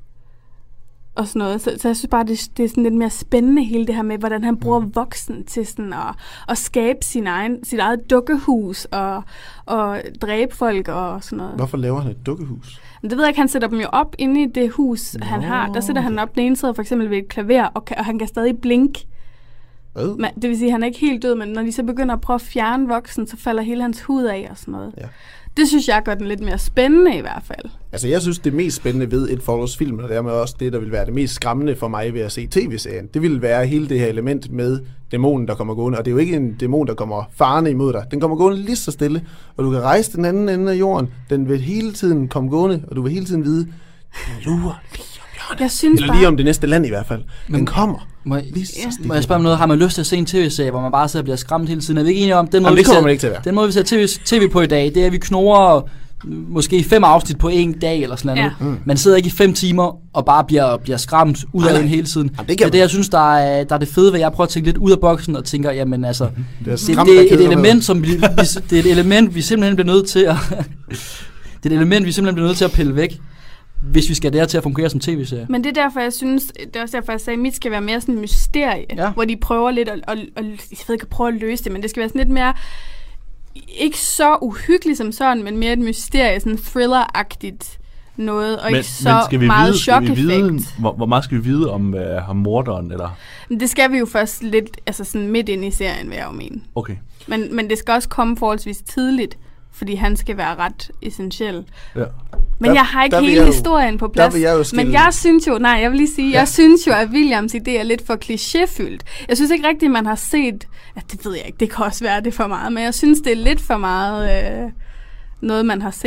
Og sådan noget. Så, så jeg synes bare, det, det er sådan lidt mere spændende, hele det her med, hvordan han bruger voksen til sådan at, at skabe sin egen, sit eget dukkehus og, og dræbe folk og sådan noget. Hvorfor laver han et dukkehus? Men det ved jeg ikke, han sætter dem jo op inde i det hus, Nå, han har. Der sætter han op den ene side, for eksempel ved et klaver, og, kan, og han kan stadig blinke. Hvad? Men, det vil sige, at han er ikke helt død, men når de så begynder at prøve at fjerne voksen, så falder hele hans hud af og sådan noget. Ja. Det synes jeg gør den lidt mere spændende i hvert fald. Altså, jeg synes, det mest spændende ved et Follows-film, og dermed også det, der vil være det mest skræmmende for mig ved at se tv-serien, det vil være hele det her element med dæmonen, der kommer gående. Og det er jo ikke en dæmon, der kommer farende imod dig. Den kommer gående lige så stille, og du kan rejse den anden ende af jorden. Den vil hele tiden komme gående, og du vil hele tiden vide, den lurer lige om hjørnet. Jeg synes Eller bare... lige om det næste land i hvert fald. Den Men- kommer. Må jeg, Lige så Ja. stille. må jeg spørge om noget? Har man lyst til at se en tv-serie, hvor man bare sidder og bliver skræmt hele tiden? Er vi ikke enige om, den måde, Jamen, vi det kommer ser, man ikke til at være. den måde, vi ser tv, tv på i dag, det er, at vi knurrer måske fem afsnit på en dag eller sådan noget. Ja. Mm. Man sidder ikke i fem timer og bare bliver, bliver skræmt ud Nej, af nej. en hele tiden. Jamen, det det, kan er det, man. jeg synes, der er, der er det fede ved, at jeg prøver at tænke lidt ud af boksen og tænker, jamen altså, Det er, det, skræmt, det der er et keder mig. element, som vi, vi, det er et element, vi simpelthen bliver nødt til at, det er et element, vi simpelthen bliver nødt til at pille væk, hvis vi skal der til at fungere som tv-serie. Men det er derfor, jeg synes, det er også derfor, jeg sagde, at mit skal være mere sådan et mysterie, Ja. ja. hvor de prøver lidt at, at, at, jeg ved ikke, at prøve at løse det, men det skal være sådan lidt mere, ikke så uhyggeligt som sådan, men mere et mysterie, sådan thriller-agtigt noget, og Men, ikke så men skal vi meget vide, skal vi vide chok-effekt. hvor, hvor meget skal vi vide om uh, ham morderen? Eller? Men det skal vi jo først lidt, altså sådan midt ind i serien, vil jeg jo mene. Okay. Men, men det skal også komme forholdsvis tidligt, fordi han skal være ret essentiel. Ja. Men Der- jeg har ikke der vil hele jeg jo- historien på der plads. vil jeg jo skille- Men jeg synes jo, nej, jeg vil lige sige, Ja. jeg synes jo, at Williams idé er lidt for klichéfyldt. Jeg synes ikke rigtigt, man har set, ja, det ved jeg ikke, det kan også være det er for meget, men jeg synes, det er lidt for meget øh, noget, man har set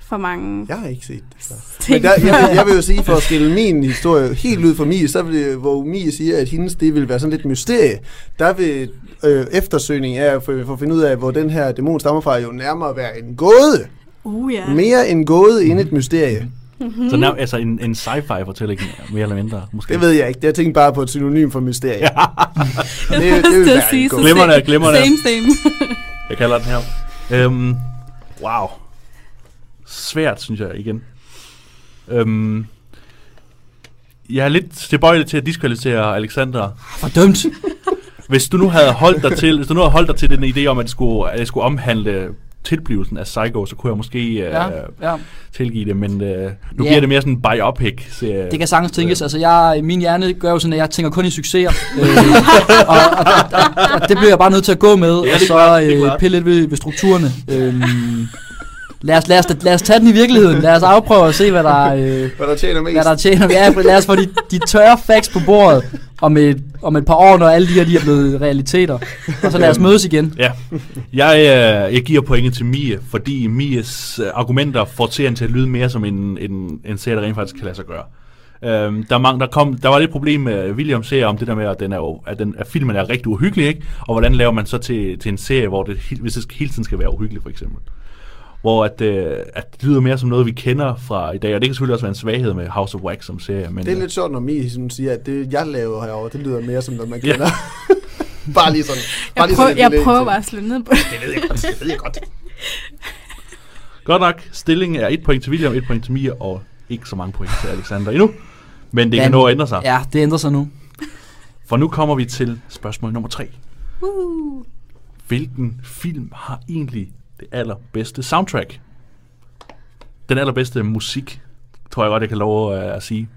for mange Jeg har ikke set det. Så. ting. Men der, jeg, vil, jeg vil jo sige, for at skille min historie helt ud fra Mie, så vil det, hvor Mie siger, at hendes det vil være sådan lidt mysterie, der vil øh, eftersøgning af at få, få at finde ud af, hvor den her dæmon stammer fra, jo nærmere være en gåde. Uh, ja. Mere en gåde end et mysterie. Mm-hmm. Så nær, altså en, en sci-fi fortælling, mere eller mindre, måske. Det ved jeg ikke. Jeg tænkte bare på et synonym for mysterie. Ja. det, det, det vil det være en gåde. Glimrende, glimrende. Same, same. Jeg kalder den her. Øhm, wow. Svært, synes jeg igen. Øhm, jeg er lidt tilbøjelig til at diskvalificere Alexander. Fordømt. Hvis du nu havde holdt dig til, hvis du nu havde holdt dig til den idé om, at det skulle, at det skulle omhandle tilblivelsen af Psycho, så kunne jeg måske Ja, øh, ja. tilgive det, men øh, nu Ja. bliver det mere sådan en biopic. Så, Det kan sagtens tænkes. Altså, jeg, min hjerne gør jo sådan, at jeg tænker kun i succeser. øh, og, og, og, og det bliver jeg bare nødt til at gå med, Ja, det er og så klart, det er øh, klart. pille lidt ved, ved strukturerne. Øhm, lad, os, lad, os, lad os tage den i virkeligheden. Lad os afprøve og se, hvad der, øh, Hvad der tjener mest. hvad der tjener. Ja, lad os få de, de tørre facts på bordet om et, om et par år, når alle de her de er blevet realiteter. Og så lad os mødes igen. Ja, jeg, øh, jeg giver pointet til Mie, fordi Mies øh, argumenter får serien til at lyde mere som en, en, en serie, der rent faktisk kan lade sig gøre. Øhm, der, er mange, der, kom, der var lidt problem med Williams serie om det der med, at, den er jo, at, den, at filmen er rigtig uhyggelig, ikke? Og hvordan laver man så til, til en serie, hvor det, hvis det hele tiden skal være uhyggelig, for eksempel. Hvor at, øh, at det lyder mere som noget, vi kender fra i dag, og det kan selvfølgelig også være en svaghed med House of Wax som serie. Men, Det er lidt sjovt, når Mie sådan siger, at det, jeg laver herovre, det lyder mere som noget, man kender. bare lige sådan. Bare Jeg, lige prøv, sådan et jeg belæg prøver til. bare at slå ned på det. Det ved jeg godt, det ved jeg godt. Godt nok, stillingen er et point til William, et point til Mia, og ikke så mange point til Alexander endnu. Men det Ja, kan nå at ændre sig. Ja, det ændrer sig nu. For nu kommer vi til spørgsmål nummer tre. Uh. Hvilken film har egentlig det allerbedste soundtrack? Den allerbedste musik, tror jeg godt, jeg kan love uh, at sige.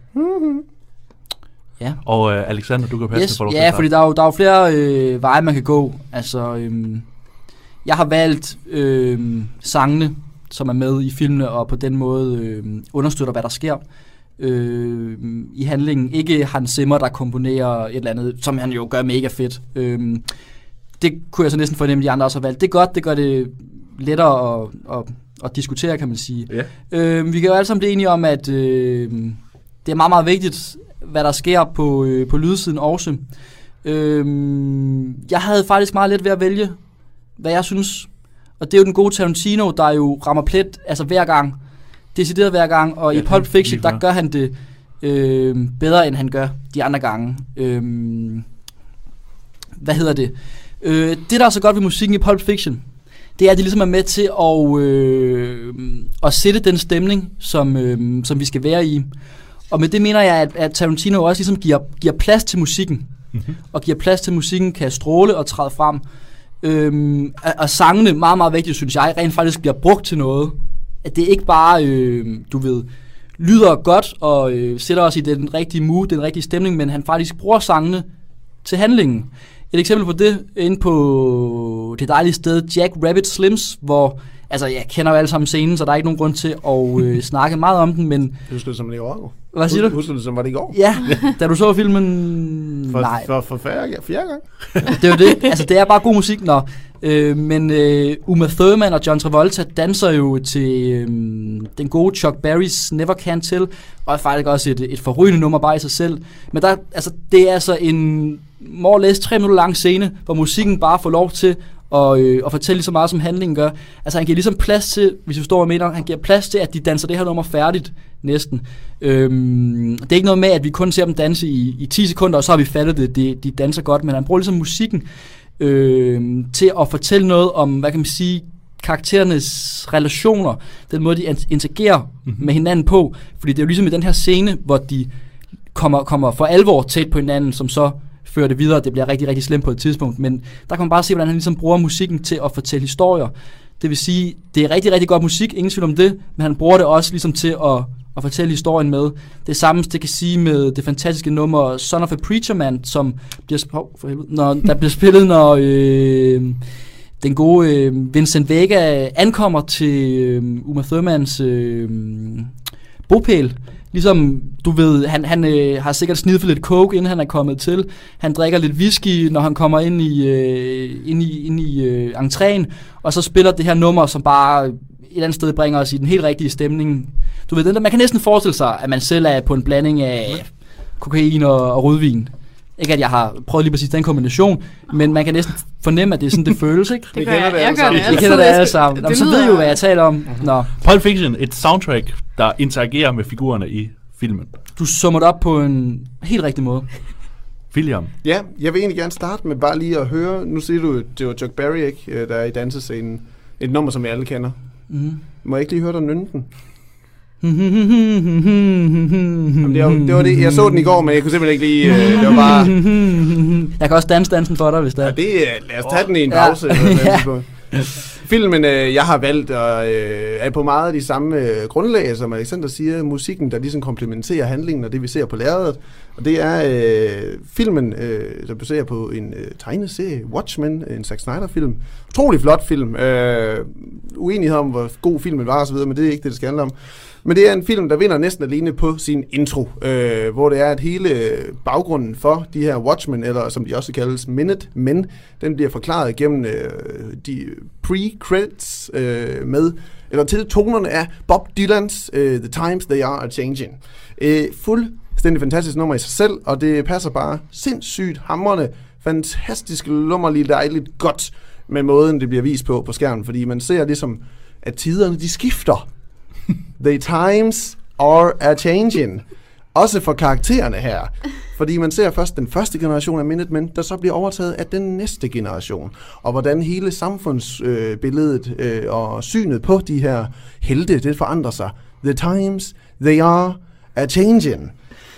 Ja. Og uh, Alexander, du kan passe Yes, for lov til ja, at fordi starte. der er jo, der er jo flere øh, veje, man kan gå. Altså, øhm, jeg har valgt øh, sangene, som er med i filmene, og på den måde øh, understøtter, hvad der sker øh, i handlingen. Ikke Hans Zimmer, der komponerer et eller andet, som han jo gør mega fedt. Øh, det kunne jeg så næsten fornemme, de andre også har valgt. Det er godt, det gør det lettere at, at, at diskutere, kan man sige. Ja. Øh, vi kan jo alle sammen blive enige om, at øh, det er meget, meget vigtigt, hvad der sker på, øh, på lydsiden også. Øh, jeg havde faktisk meget let ved at vælge, hvad jeg synes. Og det er jo den gode Tarantino, der jo rammer plet, altså hver gang. Decideret hver gang. Og Ja, i Pulp Fiction, lige før. der gør han det øh, bedre, end han gør de andre gange. Øh, hvad hedder det? Øh, det, der er så godt ved musikken i Pulp Fiction, det er, at de ligesom er med til at, øh, at sætte den stemning, som, øh, som vi skal være i. Og med det mener jeg, at, at Tarantino også ligesom giver, giver plads til musikken. Mm-hmm. Og giver plads til, at musikken kan stråle og træde frem. Øhm, og, og sangene, meget, meget vigtigt, synes jeg, rent faktisk bliver brugt til noget. At det ikke bare, øh, du ved, lyder godt og øh, sætter os i den rigtige mood, den rigtige stemning, men han faktisk bruger sangene til handlingen. Et eksempel på det, inde på det dejlige sted Jack Rabbit Slims, hvor, altså jeg kender jo alle sammen scenen, så der er ikke nogen grund til at øh, snakke meget om den, men... Husker du som det i går? Hvad siger du? Husker du som var det i går? Ja, da du så filmen... For, Nej, For, for fjerde, fjerde gang? det er jo det. Altså, det er bare god musik, når... Øh, men øh, Uma Thurman og John Travolta danser jo til øh, den gode Chuck Berrys Never Can Tell, og er faktisk også et, et forrygende nummer bare i sig selv. Men der, altså, det er altså en more or less tre minutter lang scene, hvor musikken bare får lov til at, øh, at fortælle lige så meget, som handlingen gør. Altså, han giver ligesom plads til, hvis du står og mener, han giver plads til, at de danser det her nummer færdigt, næsten. Øhm, det er ikke noget med, at vi kun ser dem danse i, i ti sekunder, og så har vi fattet det, de, de danser godt, men han bruger ligesom musikken øh, til at fortælle noget om, hvad kan man sige, karakterernes relationer, den måde, de interagerer mm-hmm. med hinanden på, fordi det er jo ligesom i den her scene, hvor de kommer, kommer for alvor tæt på hinanden, som så fører det videre, det bliver rigtig, rigtig slemt på et tidspunkt, men der kan man bare se, hvordan han ligesom bruger musikken til at fortælle historier. Det vil sige, det er rigtig, rigtig godt musik, ingen tvivl om det, men han bruger det også ligesom til at, at fortælle historien med. Det samme, det kan sige med det fantastiske nummer Son of a Preacher Man, som bliver, oh, for helvede, når, der bliver spillet, når øh, den gode øh, Vincent Vega ankommer til øh, Uma Thurmans øh, bopæl. Ligesom, du ved, han, han øh, har sikkert sniffet lidt coke, inden han er kommet til. Han drikker lidt whisky, når han kommer ind i, øh, ind i, ind i øh, entréen. Og så spiller det her nummer, som bare et eller andet sted bringer os i den helt rigtige stemning. Du ved, den der, man kan næsten forestille sig, at man selv er på en blanding af kokain og, og rødvin. Ikke at jeg har prøvet lige præcis den kombination, men man kan næsten fornemme, at det er sådan, det føles, ikke? Det gør jeg. Jeg gør det Vi kender det alle sammen. Nå, så ved I jo, hvad jeg taler om. Nå. Pulp Fiction, et soundtrack, der interagerer med figurerne i filmen. Du summer det op på en helt rigtig måde. William. Ja, jeg vil egentlig gerne starte med bare lige at høre, nu siger du, det var Chuck Berry, ikke, der er i dansescenen. Et nummer, som vi alle kender. Mm. Må jeg ikke lige høre dig nynne den? Jamen, det, var, det var det. Jeg så den i går, men jeg kunne simpelthen ikke lige... Øh, det var bare... Jeg kan også danse dansen for dig, hvis det er. Ja, det, lad os tage den i en pause. Ja. Filmen, øh, jeg har valgt, og, øh, er på meget af de samme øh, grundlag, som Alexander siger, musikken, der ligesom komplementerer handlingen og det, vi ser på lærredet. Og det er øh, filmen, øh, der baserer på en øh, tegneserie, Watchmen, en Zack Snyder-film. Utrolig flot film. Øh, uenighed om, hvor god filmen var osv., men det er ikke det, det skal handle om. Men det er en film, der vinder næsten alene på sin intro, øh, hvor det er, at hele baggrunden for de her Watchmen, eller som de også kaldes Minutemen, den bliver forklaret gennem øh, de pre-credits øh, med, eller til tonerne af Bob Dylans øh, The Times They Are A-Changing. Øh, fuldstændig fantastisk nummer i sig selv, og det passer bare sindssygt hamrende, fantastisk, lummerligt, dejligt godt med måden, det bliver vist på på skærmen, fordi man ser ligesom, at tiderne de skifter. The times are a-changing. Også for karaktererne her. Fordi man ser først den første generation af Minutemen, der så bliver overtaget af den næste generation. Og hvordan hele samfundsbilledet øh, øh, og synet på de her helte, det forandrer sig. The times, they are a-changing.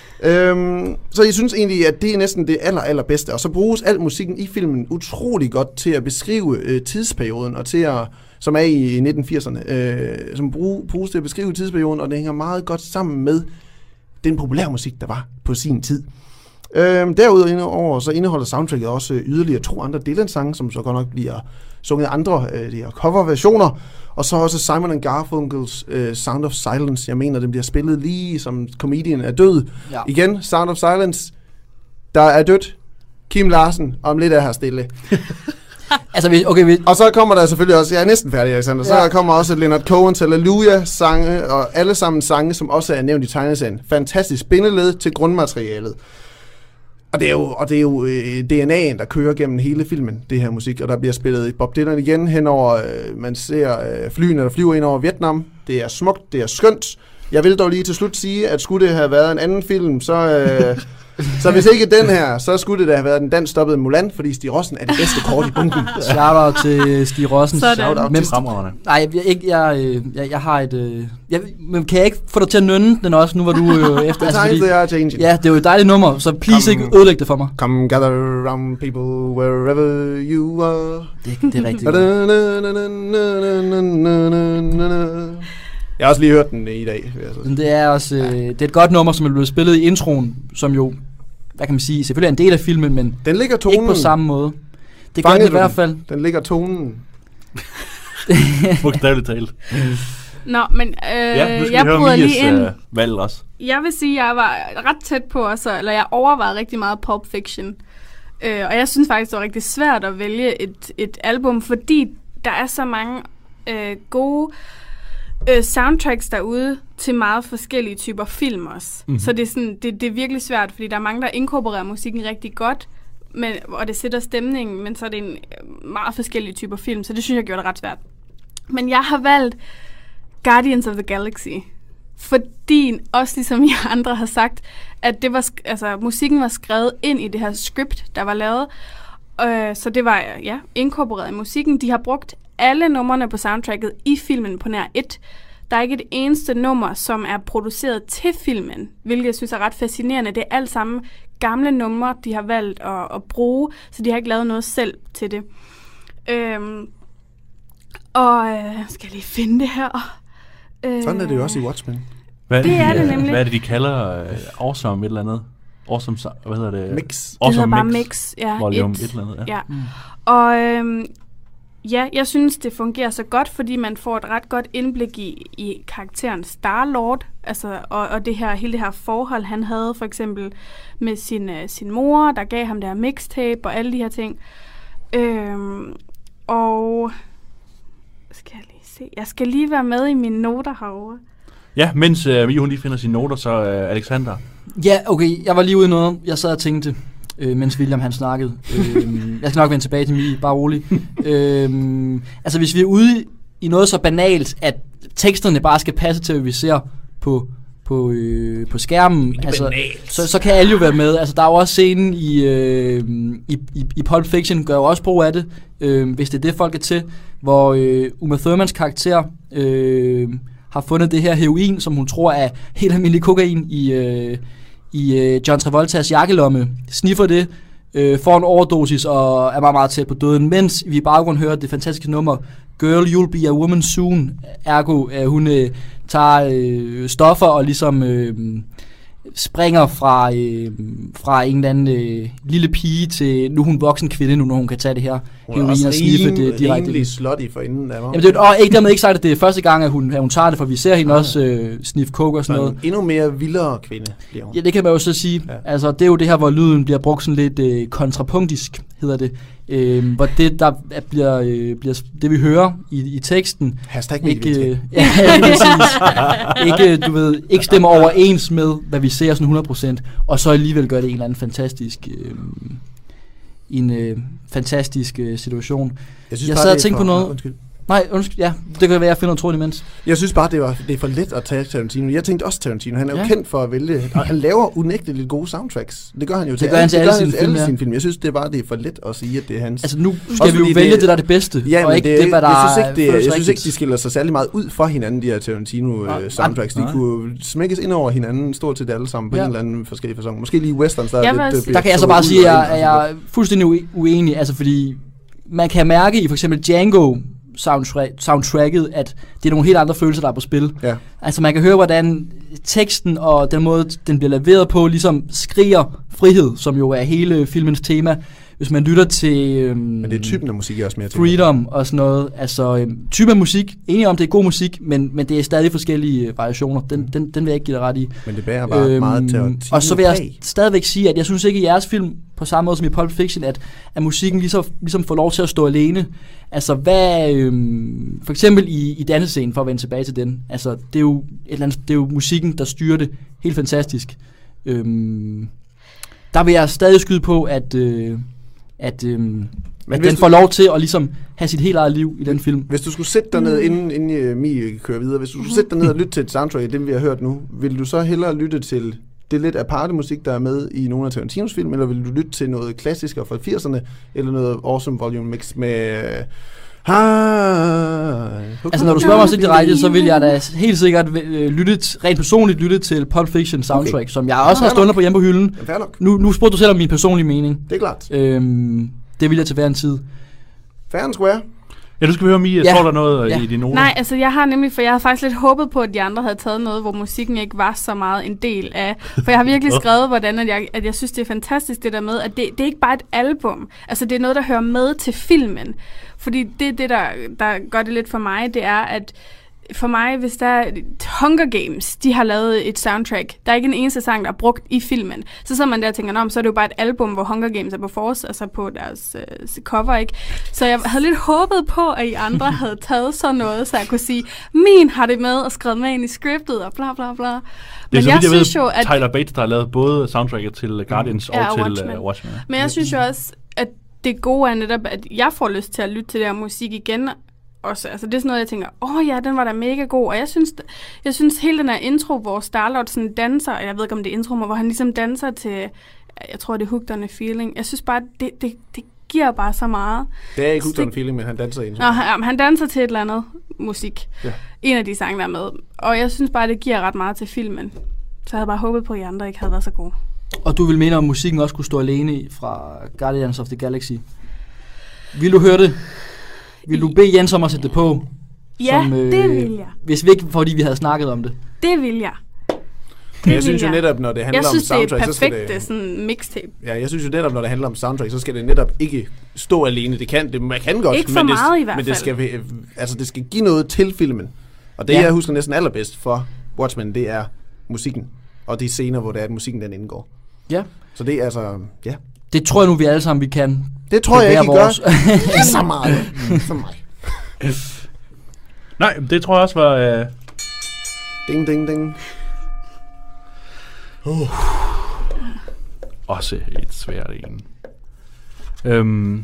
Øhm, så jeg synes egentlig, at det er næsten det aller, allerbedste. Og så bruges al musikken i filmen utrolig godt til at beskrive øh, tidsperioden, og til at, som er i nitten firserne, øh, som brug, bruges til at beskrive tidsperioden, og det hænger meget godt sammen med den populære musik, der var på sin tid. Øhm, derudover så indeholder soundtracket også yderligere to andre Dylan-sange, som så godt nok bliver sunget andre øh, de her cover-versioner, og så også Simon and Garfunkel's øh, Sound of Silence. Jeg mener, den bliver spillet lige som comedian er død. Ja. Igen, Sound of Silence, der er dødt. Kim Larsen, om lidt er her stille. altså, vi, okay, vi... Og så kommer der selvfølgelig også, jeg er næsten færdig, Alexander, så ja. kommer også Leonard Cohen's Hallelujah-sange, og alle sammen sange, som også er nævnt i tegneserien. Fantastisk bindeled til grundmaterialet. Og det er jo, og det er jo øh, D N A'en, der kører gennem hele filmen, det her musik, og der bliver spillet Bob Dylan igen henover, øh, man ser øh, flyene, der flyver ind over Vietnam. Det er smukt, det er skønt. Jeg vil dog lige til slut sige, at skulle det have været en anden film, så... Øh, så hvis ikke den her, så skulle det da have været den danskstoppede Mulan, fordi Stig Rossen er det bedste kort i bunken. Shout-out til Stig Rossen. Shout-out til fremragende. Nej, jeg, jeg, jeg, jeg, jeg har et... Øh, jeg, men kan jeg ikke få dig til at nynne den også, nu var du øh, efter... altså, fordi, det er changing. Ja, det er jo et dejligt nummer, så please come, ikke ødelæg det for mig. Come gather around people wherever you are. Det, det er rigtigt. Jeg har også lige hørt den i dag. Det er også øh, det er et godt nummer, som er blevet spillet i introen, som jo, hvad kan man sige, selvfølgelig er en del af filmen, men den ligger tonen. Ikke på samme måde. Det gør den i hvert fald. Den ligger tonen. Bogstaveligt talt. Nå, men øh, ja, nu skal jeg vi høre bryder lige ind. Uh, valg også. Jeg vil sige, at jeg var ret tæt på, også, eller jeg overvejede rigtig meget Pulp Fiction. Øh, og jeg synes faktisk, det var rigtig svært at vælge et, et album, fordi der er så mange øh, gode øh, soundtracks derude til meget forskellige typer film også. Mm-hmm. Så det er, sådan, det, det er virkelig svært, fordi der er mange, der inkorporerer musikken rigtig godt, men, og det sætter stemningen, men så er det en meget forskellige typer film, så det synes jeg gjorde det ret svært. Men jeg har valgt Guardians of the Galaxy, fordi, også ligesom I andre har sagt, at det var, altså, musikken var skrevet ind i det her script, der var lavet, øh, så det var ja, inkorporeret i musikken. De har brugt alle numrene på soundtracket i filmen på nær et. Der er ikke et eneste nummer, som er produceret til filmen, hvilket jeg synes er ret fascinerende. Det er alt sammen gamle numre, de har valgt at, at bruge, så de har ikke lavet noget selv til det. Øhm, og øh, skal jeg lige finde det her. Øh, Sådan er det jo også i Watchmen. Hvad, det er det nemlig. Hvad er det, de kalder uh, Awesome et eller andet? Awesome, hvad hedder det? Mix. Awesome det hedder bare Mix. Mix. Ja, Volume et. et eller andet, ja. ja. Mm. Og øhm, ja, jeg synes, det fungerer så godt, fordi man får et ret godt indblik i, i karakteren Star-Lord, altså, og, og det her, hele det her forhold, han havde for eksempel med sin, uh, sin mor, der gav ham det her mixtape og alle de her ting. Øhm, og skal jeg lige se se. Jeg skal lige være med i mine noter herovre. Ja, mens øh, Mie, hun lige finder sine noter, så øh, Alexander. Ja, okay. Jeg var lige ude i noget. Jeg sad og tænkte, øh, mens William han snakkede. Øh, jeg skal nok vende tilbage til Mie, bare rolig. øh, altså, hvis vi er ude i noget så banalt, at teksterne bare skal passe til, hvad vi ser på, på, øh, på skærmen, altså, så, så kan alle jo være med. Altså, der er jo også scenen i, øh, i, i, i Pulp Fiction, gør jo også brug af det, øh, hvis det er det, folk er til, hvor øh, Uma Thurmans karakter øh, har fundet det her heroin, som hun tror er helt almindelig kokain i, øh, i øh, John Travoltas jakkelomme, sniffer det, øh, får en overdosis og er meget, meget tæt på døden, mens vi i baggrund hører det fantastiske nummer Girl, You'll Be a Woman Soon, ergo at hun øh, tager øh, stoffer og ligesom øh, springer fra, øh, fra en eller anden øh, lille pige til, nu er hun voksen kvinde, nu når hun kan tage det her heroin og sniffe det direkte. Rimelig slutty for inden der. Jamen det er og ikke dermed ikke sagt, at det er første gang, at hun, at hun tager det, for vi ser hende ah, også øh, sniffe coke og sådan noget. Endnu mere vildere kvinde bliver hun. Ja, det kan man jo så sige. Ja. Altså det er jo det her, hvor lyden bliver brugt sådan lidt øh, kontrapunktisk, hedder det. Øh, hvor det, der bliver, øh, bliver, det vi hører i, i teksten, Hashtag ikke, øh, ja, ikke, du ved, ikke stemmer overens med, hvad vi ser sådan hundrede procent, og så alligevel gør det en eller anden fantastisk, øh, en øh, fantastisk øh, situation. Jeg, synes jeg sad og tænkte på noget. Undskyld. Nej, undskyld, ja, det kan være, at jeg finder noget tråd imens. Jeg synes bare, det, var, det er for let at tage Tarantino. Jeg tænkte også Tarantino. Han er ja. jo kendt for at vælge, og han laver unægteligt gode soundtracks. Det gør han jo til, det gør han til alle, alle, alle sine film. film. Jeg synes, det er bare det er for let at sige, at det er hans. Altså nu skal vi jo vælge det, det, der er det bedste, ja, og ikke det, det, hvad der jeg synes ikke, det, er Jeg synes ikke, de skiller sig særlig meget ud for hinanden, de her Tarantino-soundtracks. De kunne smækkes ind over hinanden, stort set alle sammen, på ja. en eller anden forskellig fasong. Måske lige westerns, der er lidt... Der kan jeg så bare sige, at jeg er fuldstændig uenig, altså fordi man kan mærke i for eksempel Django, Soundtrack, soundtracket, at det er nogle helt andre følelser, der er på spil. Ja. Altså man kan høre, hvordan teksten og den måde, den bliver leveret på, ligesom skriger frihed, som jo er hele filmens tema. Hvis man lytter til... Øhm, men det er typen af musik, jeg også mere til. Freedom og sådan noget. Altså øhm, typen af musik, enig om det er god musik, men, men det er stadig forskellige øh, variationer. Den, den, den vil jeg ikke give dig ret i. Men det bærer bare øhm, meget til. Og så vil jeg stadigvæk sige, at jeg synes ikke i jeres film, på samme måde som i Pulp Fiction, at, at musikken ligesom, ligesom får lov til at stå alene. Altså hvad... Øhm, for eksempel i, i dansescenen, for at vende tilbage til den. Altså det er jo, et eller andet, det er jo musikken, der styrer det helt fantastisk. Øhm, der vil jeg stadig skyde på, at... Øh, at, øhm, at den får lov til at ligesom have sit helt eget liv i den film. Hvis du skulle sætte dig ned, inden, inden Mie kører videre, hvis du skulle sætte dig ned og lytte til et soundtrack, det vi har hørt nu, vil du så hellere lytte til det lidt aparte musik, der er med i nogle af Tarantinos film, eller vil du lytte til noget klassisk fra firserne, eller noget Awesome Volume Mix med... Ha, altså når du spørger mig så direkte, så vil jeg da helt sikkert øh, lytte, rent personligt lytte til Pulp Fiction soundtrack, okay. som jeg også har stående på hjemme på hylden. Nu, nu spurgte du selv om min personlige mening. Det er klart. Øhm, det vil jeg til hver en tid. Fair and square. Ja, du skal høre, Mie. Ja. Står der noget ja. i dine noter? Nej, altså jeg har nemlig, for jeg har faktisk lidt håbet på, at de andre havde taget noget, hvor musikken ikke var så meget en del af. For jeg har virkelig skrevet, hvordan at jeg, at jeg synes, det er fantastisk det der med, at det, det er ikke bare et album. Altså det er noget, der hører med til filmen. Fordi det, det der, der gør det lidt for mig, det er, at for mig, hvis der er Hunger Games, de har lavet et soundtrack. Der er ikke en eneste sang, der er brugt i filmen. Så så man der og tænker, nå, så er det jo bare et album, hvor Hunger Games er på force, altså på deres øh, cover, ikke? Så jeg havde lidt håbet på, at I andre havde taget sådan noget, så jeg kunne sige, min har det med og skrevet med ind i scriptet og bla bla bla. Men det er, jeg, jeg synes ved, jo, at Tyler Bates, der har lavet både soundtracket til Guardians mm. og ja, til Watchmen. Uh, Watchmen. Men jeg synes jo også, at det gode er netop, at jeg får lyst til at lytte til det her musik igen. Også, altså det er sådan noget, jeg tænker, åh oh, ja, den var da mega god, og jeg synes, jeg synes hele den her intro, hvor Star-Lord sådan danser, jeg ved ikke om det er intro, men hvor han ligesom danser til, jeg tror det er Hooked on a Feeling, jeg synes bare, det, det, det giver bare så meget. Det er ikke Hooked on a Feeling, men han danser ind. Nå, han, han danser til et eller andet musik, ja. En af de sange, der er med, og jeg synes bare, det giver ret meget til filmen, så jeg havde bare håbet på, at I andre ikke havde været så gode. Og du vil mene, at musikken også kunne stå alene fra Guardians of the Galaxy. Vil du høre det? Vil du bede Jens om at sætte det på? Ja, som, øh, det vil jeg. Hvis vi ikke, fordi vi havde snakket om det. Det vil jeg. Det jeg synes jo netop, når det handler om soundtrack, så skal det... Jeg synes, det er perfekt sådan mixtape. Ja, jeg synes jo netop, når det handler om soundtrack, så skal det netop ikke stå alene. Det kan, det, man kan godt, ikke for men, meget det, i hvert men det skal, altså, det skal give noget til filmen. Og det, ja. jeg husker næsten allerbedst for Watchmen, det er musikken. Og de scener, hvor det er, at musikken den indgår. Ja. Så det er altså, ja. Det tror jeg nu, vi alle sammen vi kan. Det tror jeg ikke, I gør. Det er så meget. Så meget. Nej, det tror jeg også var... Øh... Ding, ding, ding. Uh. Også et svært en. Øhm...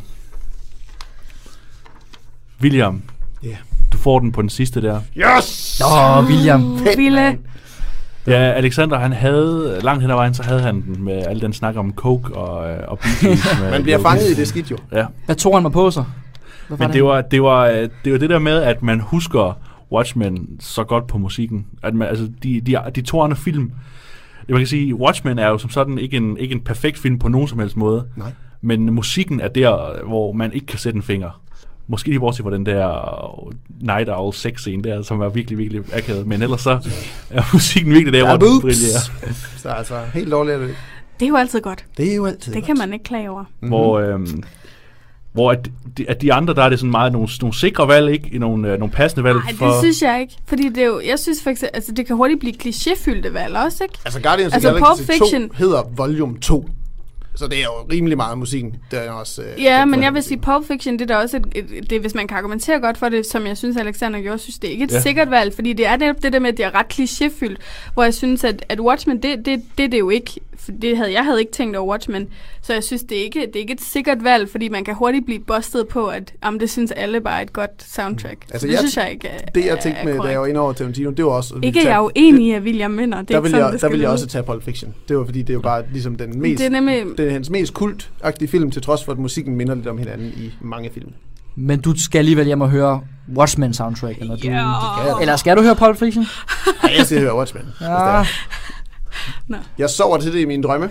William. Ja. Yeah. Du får den på den sidste der. Yes! Nå, William. Ville. Ja, Alexander, han havde, langt hen ad vejen, så havde han den med al den snak om coke og, og Bee Gees. Man bliver fanget i det skidt jo. Ja. Hvad tog han mig på sig? Men det var, det, var, det var det der med, at man husker Watchmen så godt på musikken. At man, altså, de, de, de to andre film, det man kan sige, Watchmen er jo som sådan ikke en, ikke en perfekt film på nogen som helst måde. Nej. Men musikken er der, hvor man ikke kan sætte en finger. Måske lige bortset fra den der Night Owl sex-scene der, som er virkelig, virkelig akavet. Men ellers så er musikken virkelig der, hvor den brillerer. Så altså, helt dårligt er det. Det er jo altid godt. Det er jo altid Det godt. kan man ikke klage over. Mm-hmm. Hvor, øhm, hvor at, de, at de andre, der er det sådan meget nogle, nogle sikre valg, ikke? Nogle, øh, nogle passende valg. Nej, for... det synes jeg ikke. Fordi det er jo, jeg synes for eksempel, altså det kan hurtigt blive klichéfyldte valg også, ikke? Altså Guardians Altså, of the Galaxy Pulp Fiction to hedder Volume to. Så det er jo rimelig meget musikken. Det er også, øh, ja, men jeg vil sige, Pulp Fiction, det er da også et, et, det, hvis man kan argumentere godt for det, som jeg synes, Alexander gjorde, synes det er ikke et ja. sikkert valg, fordi det er det, det der med, at det er ret klichéfyldt, hvor jeg synes, at, at Watchmen, det, det, det, det er jo ikke, for det havde, jeg havde ikke tænkt over Watchmen, så jeg synes, det er ikke, det er ikke et sikkert valg, fordi man kan hurtigt blive bustet på, at om det synes alle bare er et godt soundtrack. Altså, det jeg, synes jeg ikke er, det jeg tænkte er med, da korrekt. jeg var inde over Tarantino, det var også... Ikke, jeg er jo enig i, at William vinder. Det er der ikke vil sådan, jeg, det der vil jeg lyde. også tage Pulp Fiction. Det var fordi, det er jo bare ligesom den mest... Det er nemlig... Det er hans mest kultagtige film, til trods for, at musikken minder lidt om hinanden i mange film. Men du skal alligevel hjem og høre Watchmen soundtrack, eller du... Ja. Eller skal du høre Pulp Fiction? Nej, jeg skal høre Watchmen. Ja. Nå. Jeg sover til det i mine drømme.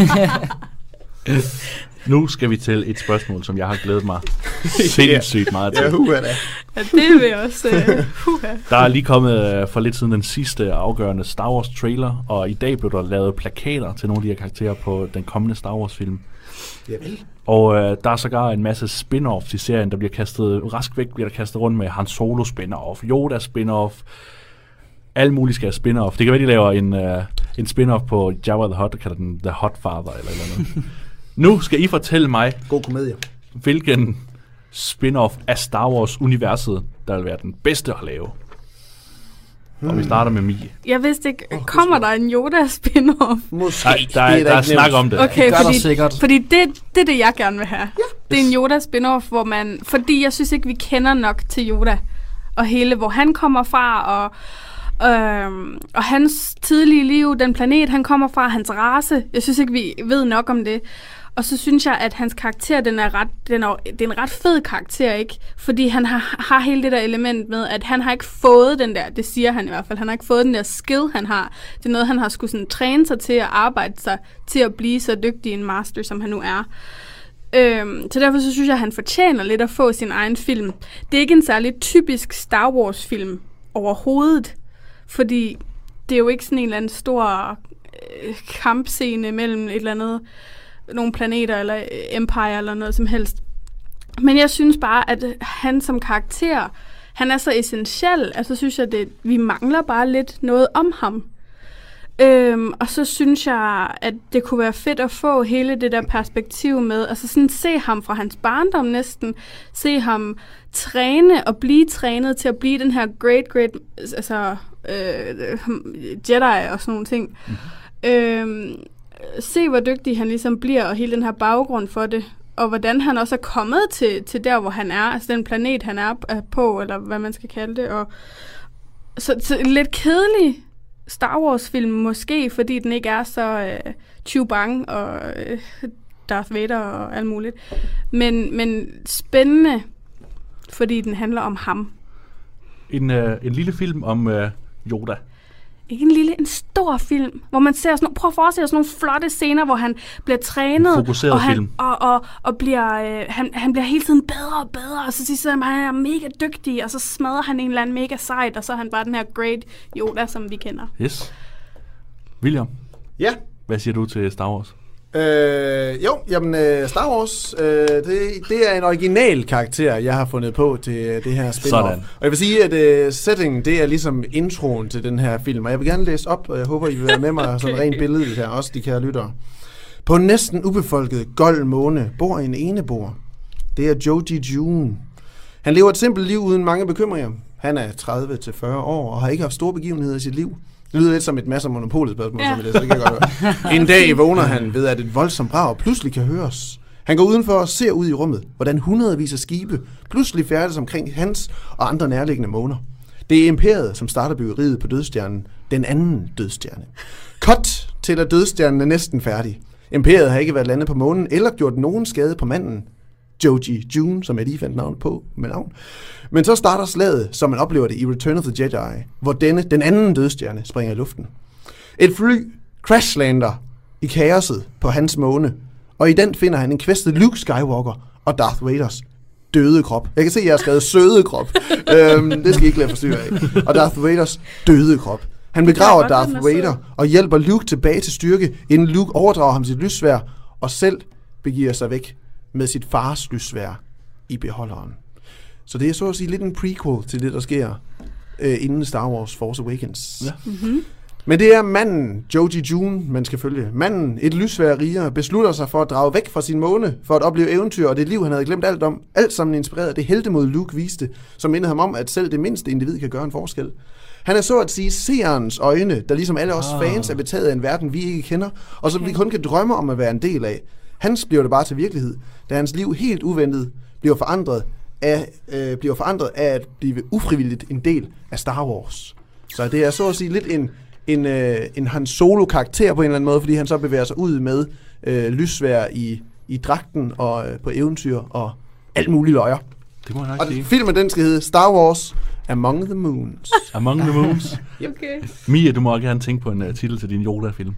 Nu skal vi til et spørgsmål, som jeg har glædet mig sindssygt meget til. Ja, hu er det. Ja, det vil jeg også... Uh, Der er lige kommet uh, for lidt siden den sidste afgørende Star Wars trailer, og i dag blev der lavet plakater til nogle af de her karakterer på den kommende Star Wars film. Javel. Og uh, der er sågar en masse spin-offs i serien, der bliver kastet, rask væk bliver der kastet rundt med Han Solo spin-off, Yoda spin-off, alle mulige skal have spin-off. Det kan være, de laver en, uh, en spin-off på Jabba the Hutt, der kalder den The Hutt Father eller eller andet. Nu skal I fortælle mig, God komedie. hvilken spin-off af Star Wars-universet, der vil være den bedste at lave. Hmm. Og vi starter med Mie. jeg vidste ikke, oh, kommer der en Yoda-spin-off? Måske. Nej, der er, Det der er ikke snak nævnt. om det. Okay, Det gør der fordi, sikkert. fordi det, det er det, jeg gerne vil have. Ja. Det er en Yoda spin-off, hvor man... Fordi jeg synes ikke, vi kender nok til Yoda. Og hele, hvor han kommer fra, og... Øhm, og hans tidlige liv, den planet, han kommer fra, hans race. Jeg synes ikke, vi ved nok om det. Og så synes jeg, at hans karakter, den er ret, den er, det er en ret fed karakter, ikke? Fordi han har, har hele det der element med, at han har ikke fået den der, det siger han i hvert fald, han har ikke fået den der skill, han har. Det er noget, han har skulle sådan træne sig til at arbejde sig til at blive så dygtig en master, som han nu er. Øhm, så derfor så synes jeg, at han fortjener lidt at få sin egen film. Det er ikke en særlig typisk Star Wars film overhovedet, fordi det er jo ikke sådan en eller anden stor øh, kampscene mellem et eller andet, nogle planeter eller Empire eller noget som helst. Men jeg synes bare, at han som karakter, han er så essentiel, altså synes jeg, at vi mangler bare lidt noget om ham. Øhm, og så synes jeg, at det kunne være fedt at få hele det der perspektiv med, altså sådan se ham fra hans barndom næsten, se ham træne og blive trænet til at blive den her great, great, altså øh, Jedi og sådan nogle ting. Mm-hmm. Øhm, se hvor dygtig han ligesom bliver, og hele den her baggrund for det, og hvordan han også er kommet til, til der, hvor han er, altså den planet, han er på, eller hvad man skal kalde det, og så, så lidt kedelig Star Wars-film måske, fordi den ikke er så øh, Chewbang og øh, Darth Vader og alt muligt, men, men spændende, fordi den handler om ham. En, øh, en lille film om øh, Yoda. Ikke en lille, en stor film, hvor man ser sådan nogle, prøv at forestille dig sådan nogle flotte scener, hvor han bliver trænet, En fokuseret og, han, film. og, og, og bliver, øh, han, han bliver hele tiden bedre og bedre, og så siger han, at han er mega dygtig, og så smadrer han en eller anden mega sejt, og så er han bare den her great Yoda, som vi kender. Yes. William, Ja. hvad siger du til Star Wars? Øh, jo, jamen øh, Star Wars, øh, det, det er en original karakter, jeg har fundet på til øh, det her spin-off. Sådan. Og jeg vil sige, at øh, settingen, det er ligesom introen til den her film, og jeg vil gerne læse op, og jeg håber, I vil være med mig okay. sådan rent billede her, også de kære lyttere. På en næsten ubefolket gold måne bor en eneboer. Det er Joji June. Han lever et simpelt liv uden mange bekymringer. Han er tredive til fyrre år og har ikke haft store begivenheder i sit liv. Det lyder lidt som et masse Monopolet-spørgsmål, ja. Som det, så det kan jeg godt høre. En dag vågner han ved, at et voldsomt brag pludselig kan høres. Han går udenfor og ser ud i rummet, hvordan hundredvis af skibe pludselig færdes omkring hans og andre nærliggende måner. Det er imperiet, som starter byggeriet på dødstjernen, den anden dødstjerne. Cut til at dødstjernen er næsten færdig. Imperiet har ikke været landet på månen eller gjort nogen skade på manden, Joji June, som jeg lige fandt navn på med navn. Men så starter slaget, som man oplever det i Return of the Jedi, hvor denne, den anden dødstjerne, springer i luften. Et fly crashlander i kaoset på hans måne, og i den finder han en kvæstet Luke Skywalker og Darth Vaders døde krop. Jeg kan se, at jeg har skrevet søde krop. øhm, det skal I ikke lade forstyrre af. Og Darth Vaders døde krop. Han begraver Darth Vader og hjælper Luke tilbage til styrke, inden Luke overdrager ham sit lyssværd og selv begiver sig væk med sit fars lyssværd i beholderen. Så det er så at sige lidt en prequel til det, der sker øh, inden Star Wars Force Awakens. Ja. Mm-hmm. Men det er manden, Joji June, man skal følge. Manden, et lyssværd riger, beslutter sig for at drage væk fra sin måne, for at opleve eventyr og det liv, han havde glemt alt om. Alt sammen inspireret af det heltemod Luke viste, som mindede ham om, at selv det mindste individ kan gøre en forskel. Han er så at sige seerens øjne, der ligesom alle os fans er betaget af en verden, vi ikke kender, og som okay. vi kun kan drømme om at være en del af. Hans bliver det bare til virkelighed, da hans liv helt uventet bliver forandret af, øh, bliver forandret af at blive ufrivilligt en del af Star Wars. Så det er så at sige lidt en, en, øh, en Han Solo-karakter på en eller anden måde, fordi han så bevæger sig ud med øh, lyssværd i, i dragten og øh, på eventyr og alt muligt løjer. Det må jeg nok og sige. Filmen den skal hedde Star Wars Among the Moons. Among the Moons. Yep. Okay. Mia, du må også gerne tænke på en uh, titel til din Yoda-film.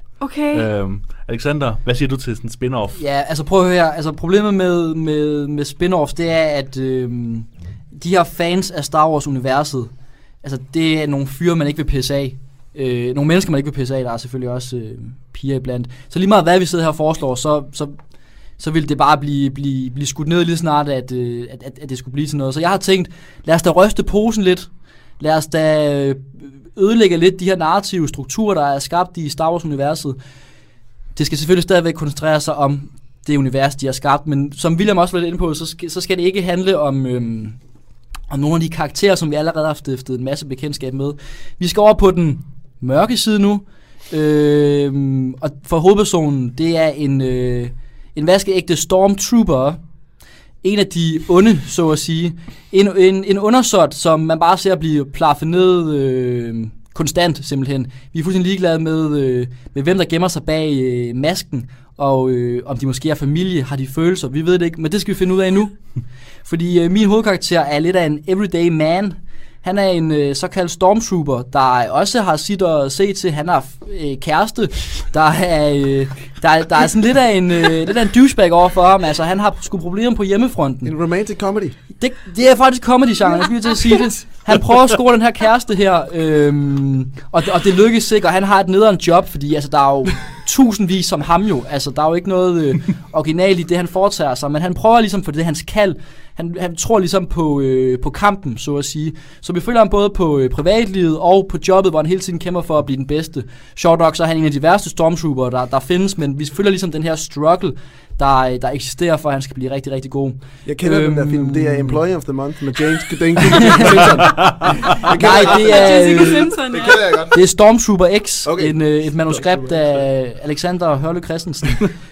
Okay. Øhm, Alexander, hvad siger du til sådan en spin-off? Ja, altså prøv at høre her. Altså problemet med, med, med spin-offs, det er, at øhm, de her fans af Star Wars-universet, altså det er nogle fyre, man ikke vil pisse af. Øh, nogle mennesker, man ikke vil pisse af. Der er selvfølgelig også øh, piger iblandt. Så lige meget hvad vi sidder her og foreslår, så, så, så vil det bare blive, blive, blive skudt ned lige snart, at, øh, at, at, at det skulle blive til noget. Så jeg har tænkt, lad os da ryste posen lidt. Lad os da ødelægge lidt de her narrative strukturer, der er skabt i Star Wars-universet. Det skal selvfølgelig stadigvæk koncentrere sig om det univers, de har skabt, men som William også var lidt inde på, så skal, så skal det ikke handle om, øhm, om nogle af de karakterer, som vi allerede har stiftet en masse bekendtskab med. Vi skal over på den mørke side nu, øhm, og for hovedpersonen, det er en, øh, en vaskeægte stormtrooper, en af de onde, så at sige. En, en, en undersåt, som man bare ser blive plaffet ned øh, konstant, simpelthen. Vi er fuldstændig ligeglade med, øh, med hvem der gemmer sig bag øh, masken, og øh, om de måske er familie, har de følelser. Vi ved det ikke, men det skal vi finde ud af nu. Fordi øh, min hovedkarakter er lidt af en everyday man. Han er en øh, såkaldt stormtrooper, der også har sit at se til. Han har øh, kæreste, der er, øh, der, der er sådan lidt af en, øh, lidt af en douchebag over for ham. Altså, han har sgu problemer på hjemmefronten. En romantic comedy. Det, det er faktisk comedy-genre, jeg skal til at sige det. Han prøver at score den her kæreste her, øhm, og, og det lykkes sikkert. Han har et nederen job, fordi altså, der er jo tusindvis som ham jo. Altså, der er jo ikke noget øh, original i det, han foretager sig, men han prøver ligesom, for det er hans kald. Han, han tror ligesom på, øh, på kampen, så at sige. Så vi følger ham både på øh, privatlivet og på jobbet, hvor han hele tiden kæmper for at blive den bedste. Short nok, så er han en af de værste stormtrooper, der, der findes, men vi følger ligesom den her struggle, der, der eksisterer for, at han skal blive rigtig, rigtig god. Jeg kender øhm, den der film. Det er Employee of the Month med James Simpson. Nej, det er, Jessica Simpson, ja. Det er Stormtrooper X, okay. en, øh, et manuskript af Alexander Hørle Christensen.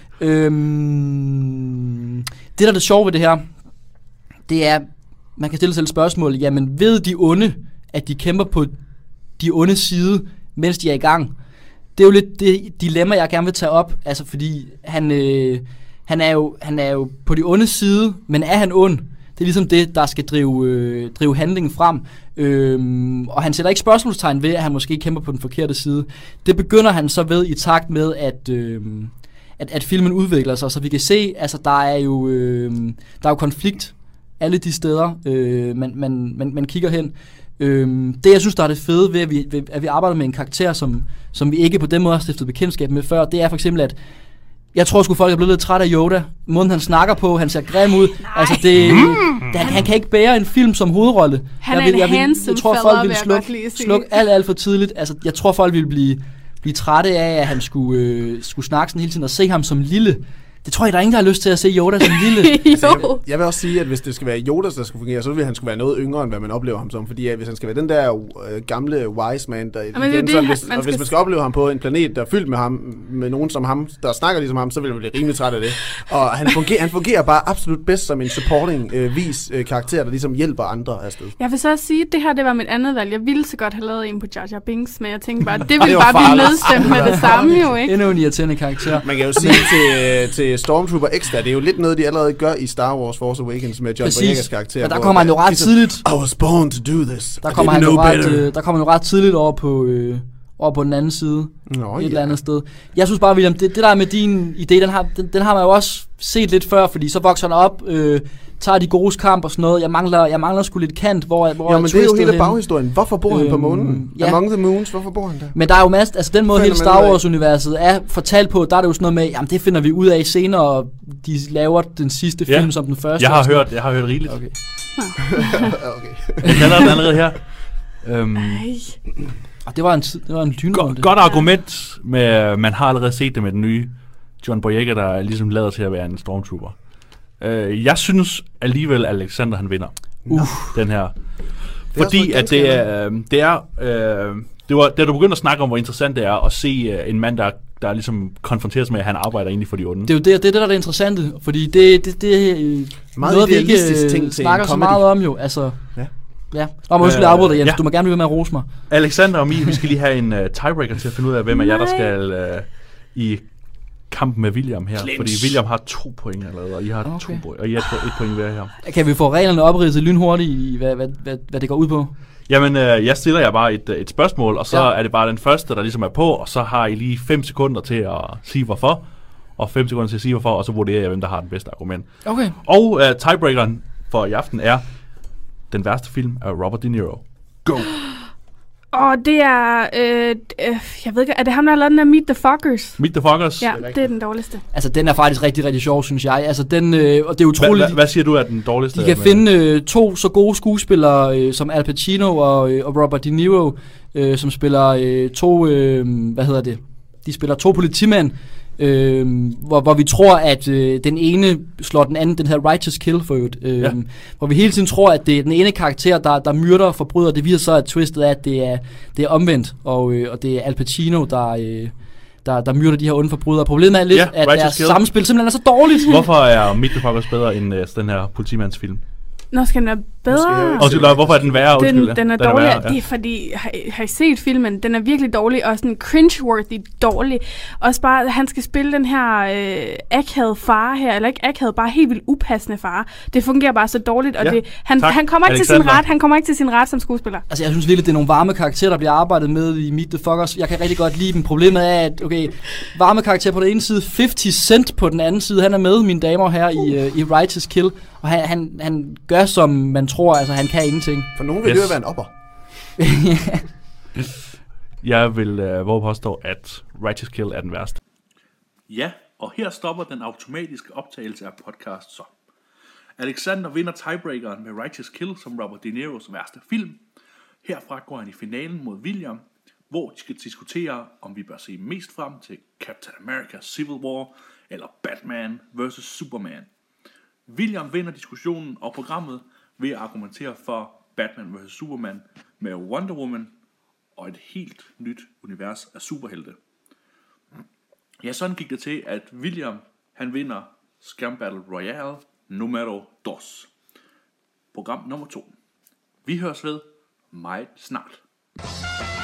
øhm, det, der er det sjove ved det her, det er, man kan stille sig selv spørgsmål, jamen ved de onde, at de kæmper på de onde side, mens de er i gang? Det er jo lidt det dilemma, jeg gerne vil tage op, altså fordi han, øh, han, er jo, han er jo på de onde side, men er han ond? Det er ligesom det, der skal drive, øh, drive handlingen frem. Øhm, og han sætter ikke spørgsmålstegn ved, at han måske kæmper på den forkerte side. Det begynder han så ved i takt med, at, øh, at, at filmen udvikler sig, så vi kan se, altså der er jo, øh, der er jo konflikt alle de steder, øh, man, man, man, man kigger hen. Øhm, det jeg synes der er det fede ved at vi, ved, at vi arbejder med en karakter som, som vi ikke på den måde har stiftet bekendtskab med før, det er for eksempel at jeg tror sgu folk er blevet lidt træt af Yoda. Måden han snakker på, han ser grim ud. Nej. Altså det, mm. det han, han kan ikke bære en film som hovedrolle. Han jeg er vil, en jeg, vil, handsome jeg tror fella, folk ville slukke sluk alt alt for tidligt. Altså jeg tror folk ville blive blive trætte af at han skulle øh, skulle snakke sådan hele tiden og se ham som lille. Det tror jeg, der er ingen, der har lyst til at se Yoda som lille. Altså, jeg, vil, Jo. jeg vil også sige, at hvis det skal være Yoda, der skal fungere, så vil han skulle være noget yngre, end hvad man oplever ham som. Fordi at hvis han skal være den der øh, gamle wise man, der det er igen, det, så, han- hvis, man og hvis skal- man skal opleve ham på en planet, der er fyldt med ham, med nogen som ham, der snakker ligesom ham, så vil man blive rimelig træt af det. Og han fungerer, han fungerer bare absolut bedst som en supporting øh, vis øh, karakter, der ligesom hjælper andre afsted. Jeg vil så også sige, at det her det var mit andet valg. Jeg ville så godt have lavet en på Jar Jar Binks, men jeg tænkte bare, det ville Det var bare blive farligt. nedstemt med det samme jo, ikke? Endnu en irriterende karakter. Man kan jo sige til, til Stormtrooper X, der, det er jo lidt noget, de allerede gør i Star Wars Force Awakens med John Præcis. Boyegas karakter. Men der hvor- kommer han jo ret ligesom, tidligt. I was born to do this. Der I kommer didn't han jo know ret, better. øh, der kommer han jo ret tidligt over på, øh, over på den anden side. Nå, Et ja. eller andet sted. Jeg synes bare, William, det, det der med din idé, den har, den, den har man jo også set lidt før, fordi så vokser han op, øh, tager de gode kamp og sådan noget. Jeg mangler, jeg mangler sgu lidt kant, hvor, hvor Ja, men det er jo twistet hele henne. baghistorien. Hvorfor bor han på Øhm, månen? ja. Among the Moons, hvorfor bor han der? Men der er jo masser, altså den måde Finder hele man Star ud af. Wars-universet er fortalt på, der er det jo sådan noget med, jamen det finder vi ud af senere, og de laver den sidste Ja. film som den første. Jeg har og sådan hørt, jeg har hørt rigeligt. Okay. Okay. Jeg kender den allerede her. Øhm, Ej. Og det var en, tid- det var en go- lynrunde. godt argument, med, man har allerede set det med den nye John Boyega, der er ligesom lader til at være en stormtrooper. Øh, jeg synes alligevel, Alexander han vinder Uff. den her. også Fordi noget at det er, øh, det er, øh, det var, da du begyndte at snakke om, hvor interessant det er at se øh, en mand, der, der ligesom konfronteres med, at han arbejder egentlig for de onde. Det er jo det, det, er det der er det interessante, fordi det, det, det er Meget noget, vi ikke idealistisk øh, ting til snakker en så comedy. meget om jo. Altså, Ja. Ja. Nå, men undskyld, Øh, jeg afbryder dig, Jens. ja. Du må gerne blive ved med at rose mig. Alexander og Mie, vi skal lige have en uh, tiebreaker til at finde ud af, hvem af jer, der Nej. skal uh, i kampen med William her. Clinch. Fordi William har to point allerede, og I har Okay. to point, og I har et point hver her. Kan vi få reglerne opridset lynhurtigt i, hvad, hvad, hvad, hvad det går ud på? Jamen, øh, jeg stiller jer bare et, øh, et spørgsmål, og så Ja. ja. er det bare den første, der ligesom er på, og så har I lige fem sekunder til at sige hvorfor, og fem sekunder til at sige hvorfor, og så vurderer jeg, hvem der har den bedste argument. Okay. Og øh, tiebreakeren for i aften er den værste film af Robert De Niro. Go! Og det er, øh, øh, jeg ved ikke, er det ham, der har lavet den der Meet the Fuckers? Meet the Fuckers. Ja, det er den dårligste. Altså, den er faktisk rigtig, rigtig sjov, synes jeg. Altså, den, øh, og det er Hva, utroligt. hva, hvad siger du er den dårligste? De kan med- finde øh, to så gode skuespillere øh, som Al Pacino og, øh, og Robert De Niro, øh, som spiller øh, to, øh, hvad hedder det? De spiller to politimænd, øh, hvor, hvor vi tror, at øh, den ene slår den anden, den her righteous kill for øvrigt. Øh, Ja. Hvor vi hele tiden tror, at det er den ene karakter, der, der myrder og forbryder. Det viser så, at twistet er, at det er, det er omvendt, og, øh, og det er Al Pacino, der... Øh, Der, der myrder de her onde forbrydere. Problemet er lidt, Ja, at righteous deres kill. samspil simpelthen er så dårligt. Hvorfor er Meet the Fuckers bedre end øh, den her politimandsfilm? Nå, skal den være bedre? jeg- Undskyld, nej, hvorfor er den værre? Undskyld, Den, den er den dårlig. værre, Det er fordi, har, har I set filmen? Den er virkelig dårlig, og sådan cringeworthy dårlig. Også bare, at han skal spille den her øh, akavet far her, eller ikke akavet, bare helt vildt upassende far. Det fungerer bare så dårligt, og Ja, det, han, tak, han kommer ikke til sin Alexander. ret. Han kommer ikke til sin ret som skuespiller. Altså, jeg synes virkelig, det er nogle varme karakterer, der bliver arbejdet med i Meet the Fuckers. Jeg kan rigtig godt lide dem. Problemet er, at okay, varme karakterer på den ene side, halvtreds Cent på den anden side. Han er med, mine damer og herrer, i, uh, i Righteous Kill. Og han, han, han gør, som man tror, altså han kan ingenting. For nogen vil Yes. det jo være en opper. Jeg vil øh, våge påstå, at Righteous Kill er den værste. Ja, og her stopper den automatiske optagelse af podcast så. Alexander vinder tiebreakeren med Righteous Kill som Robert De Niros værste film. Herfra går han i finalen mod William, hvor de skal diskutere, om vi bør se mest frem til Captain America Civil War eller Batman versus Superman. William vinder diskussionen og programmet ved at argumentere for Batman versus Superman med Wonder Woman og et helt nyt univers af superhelte. Ja, sådan gik det til, at William han vinder Scam Battle Royale numero dos. Program nummer to. Vi høres ved meget snart.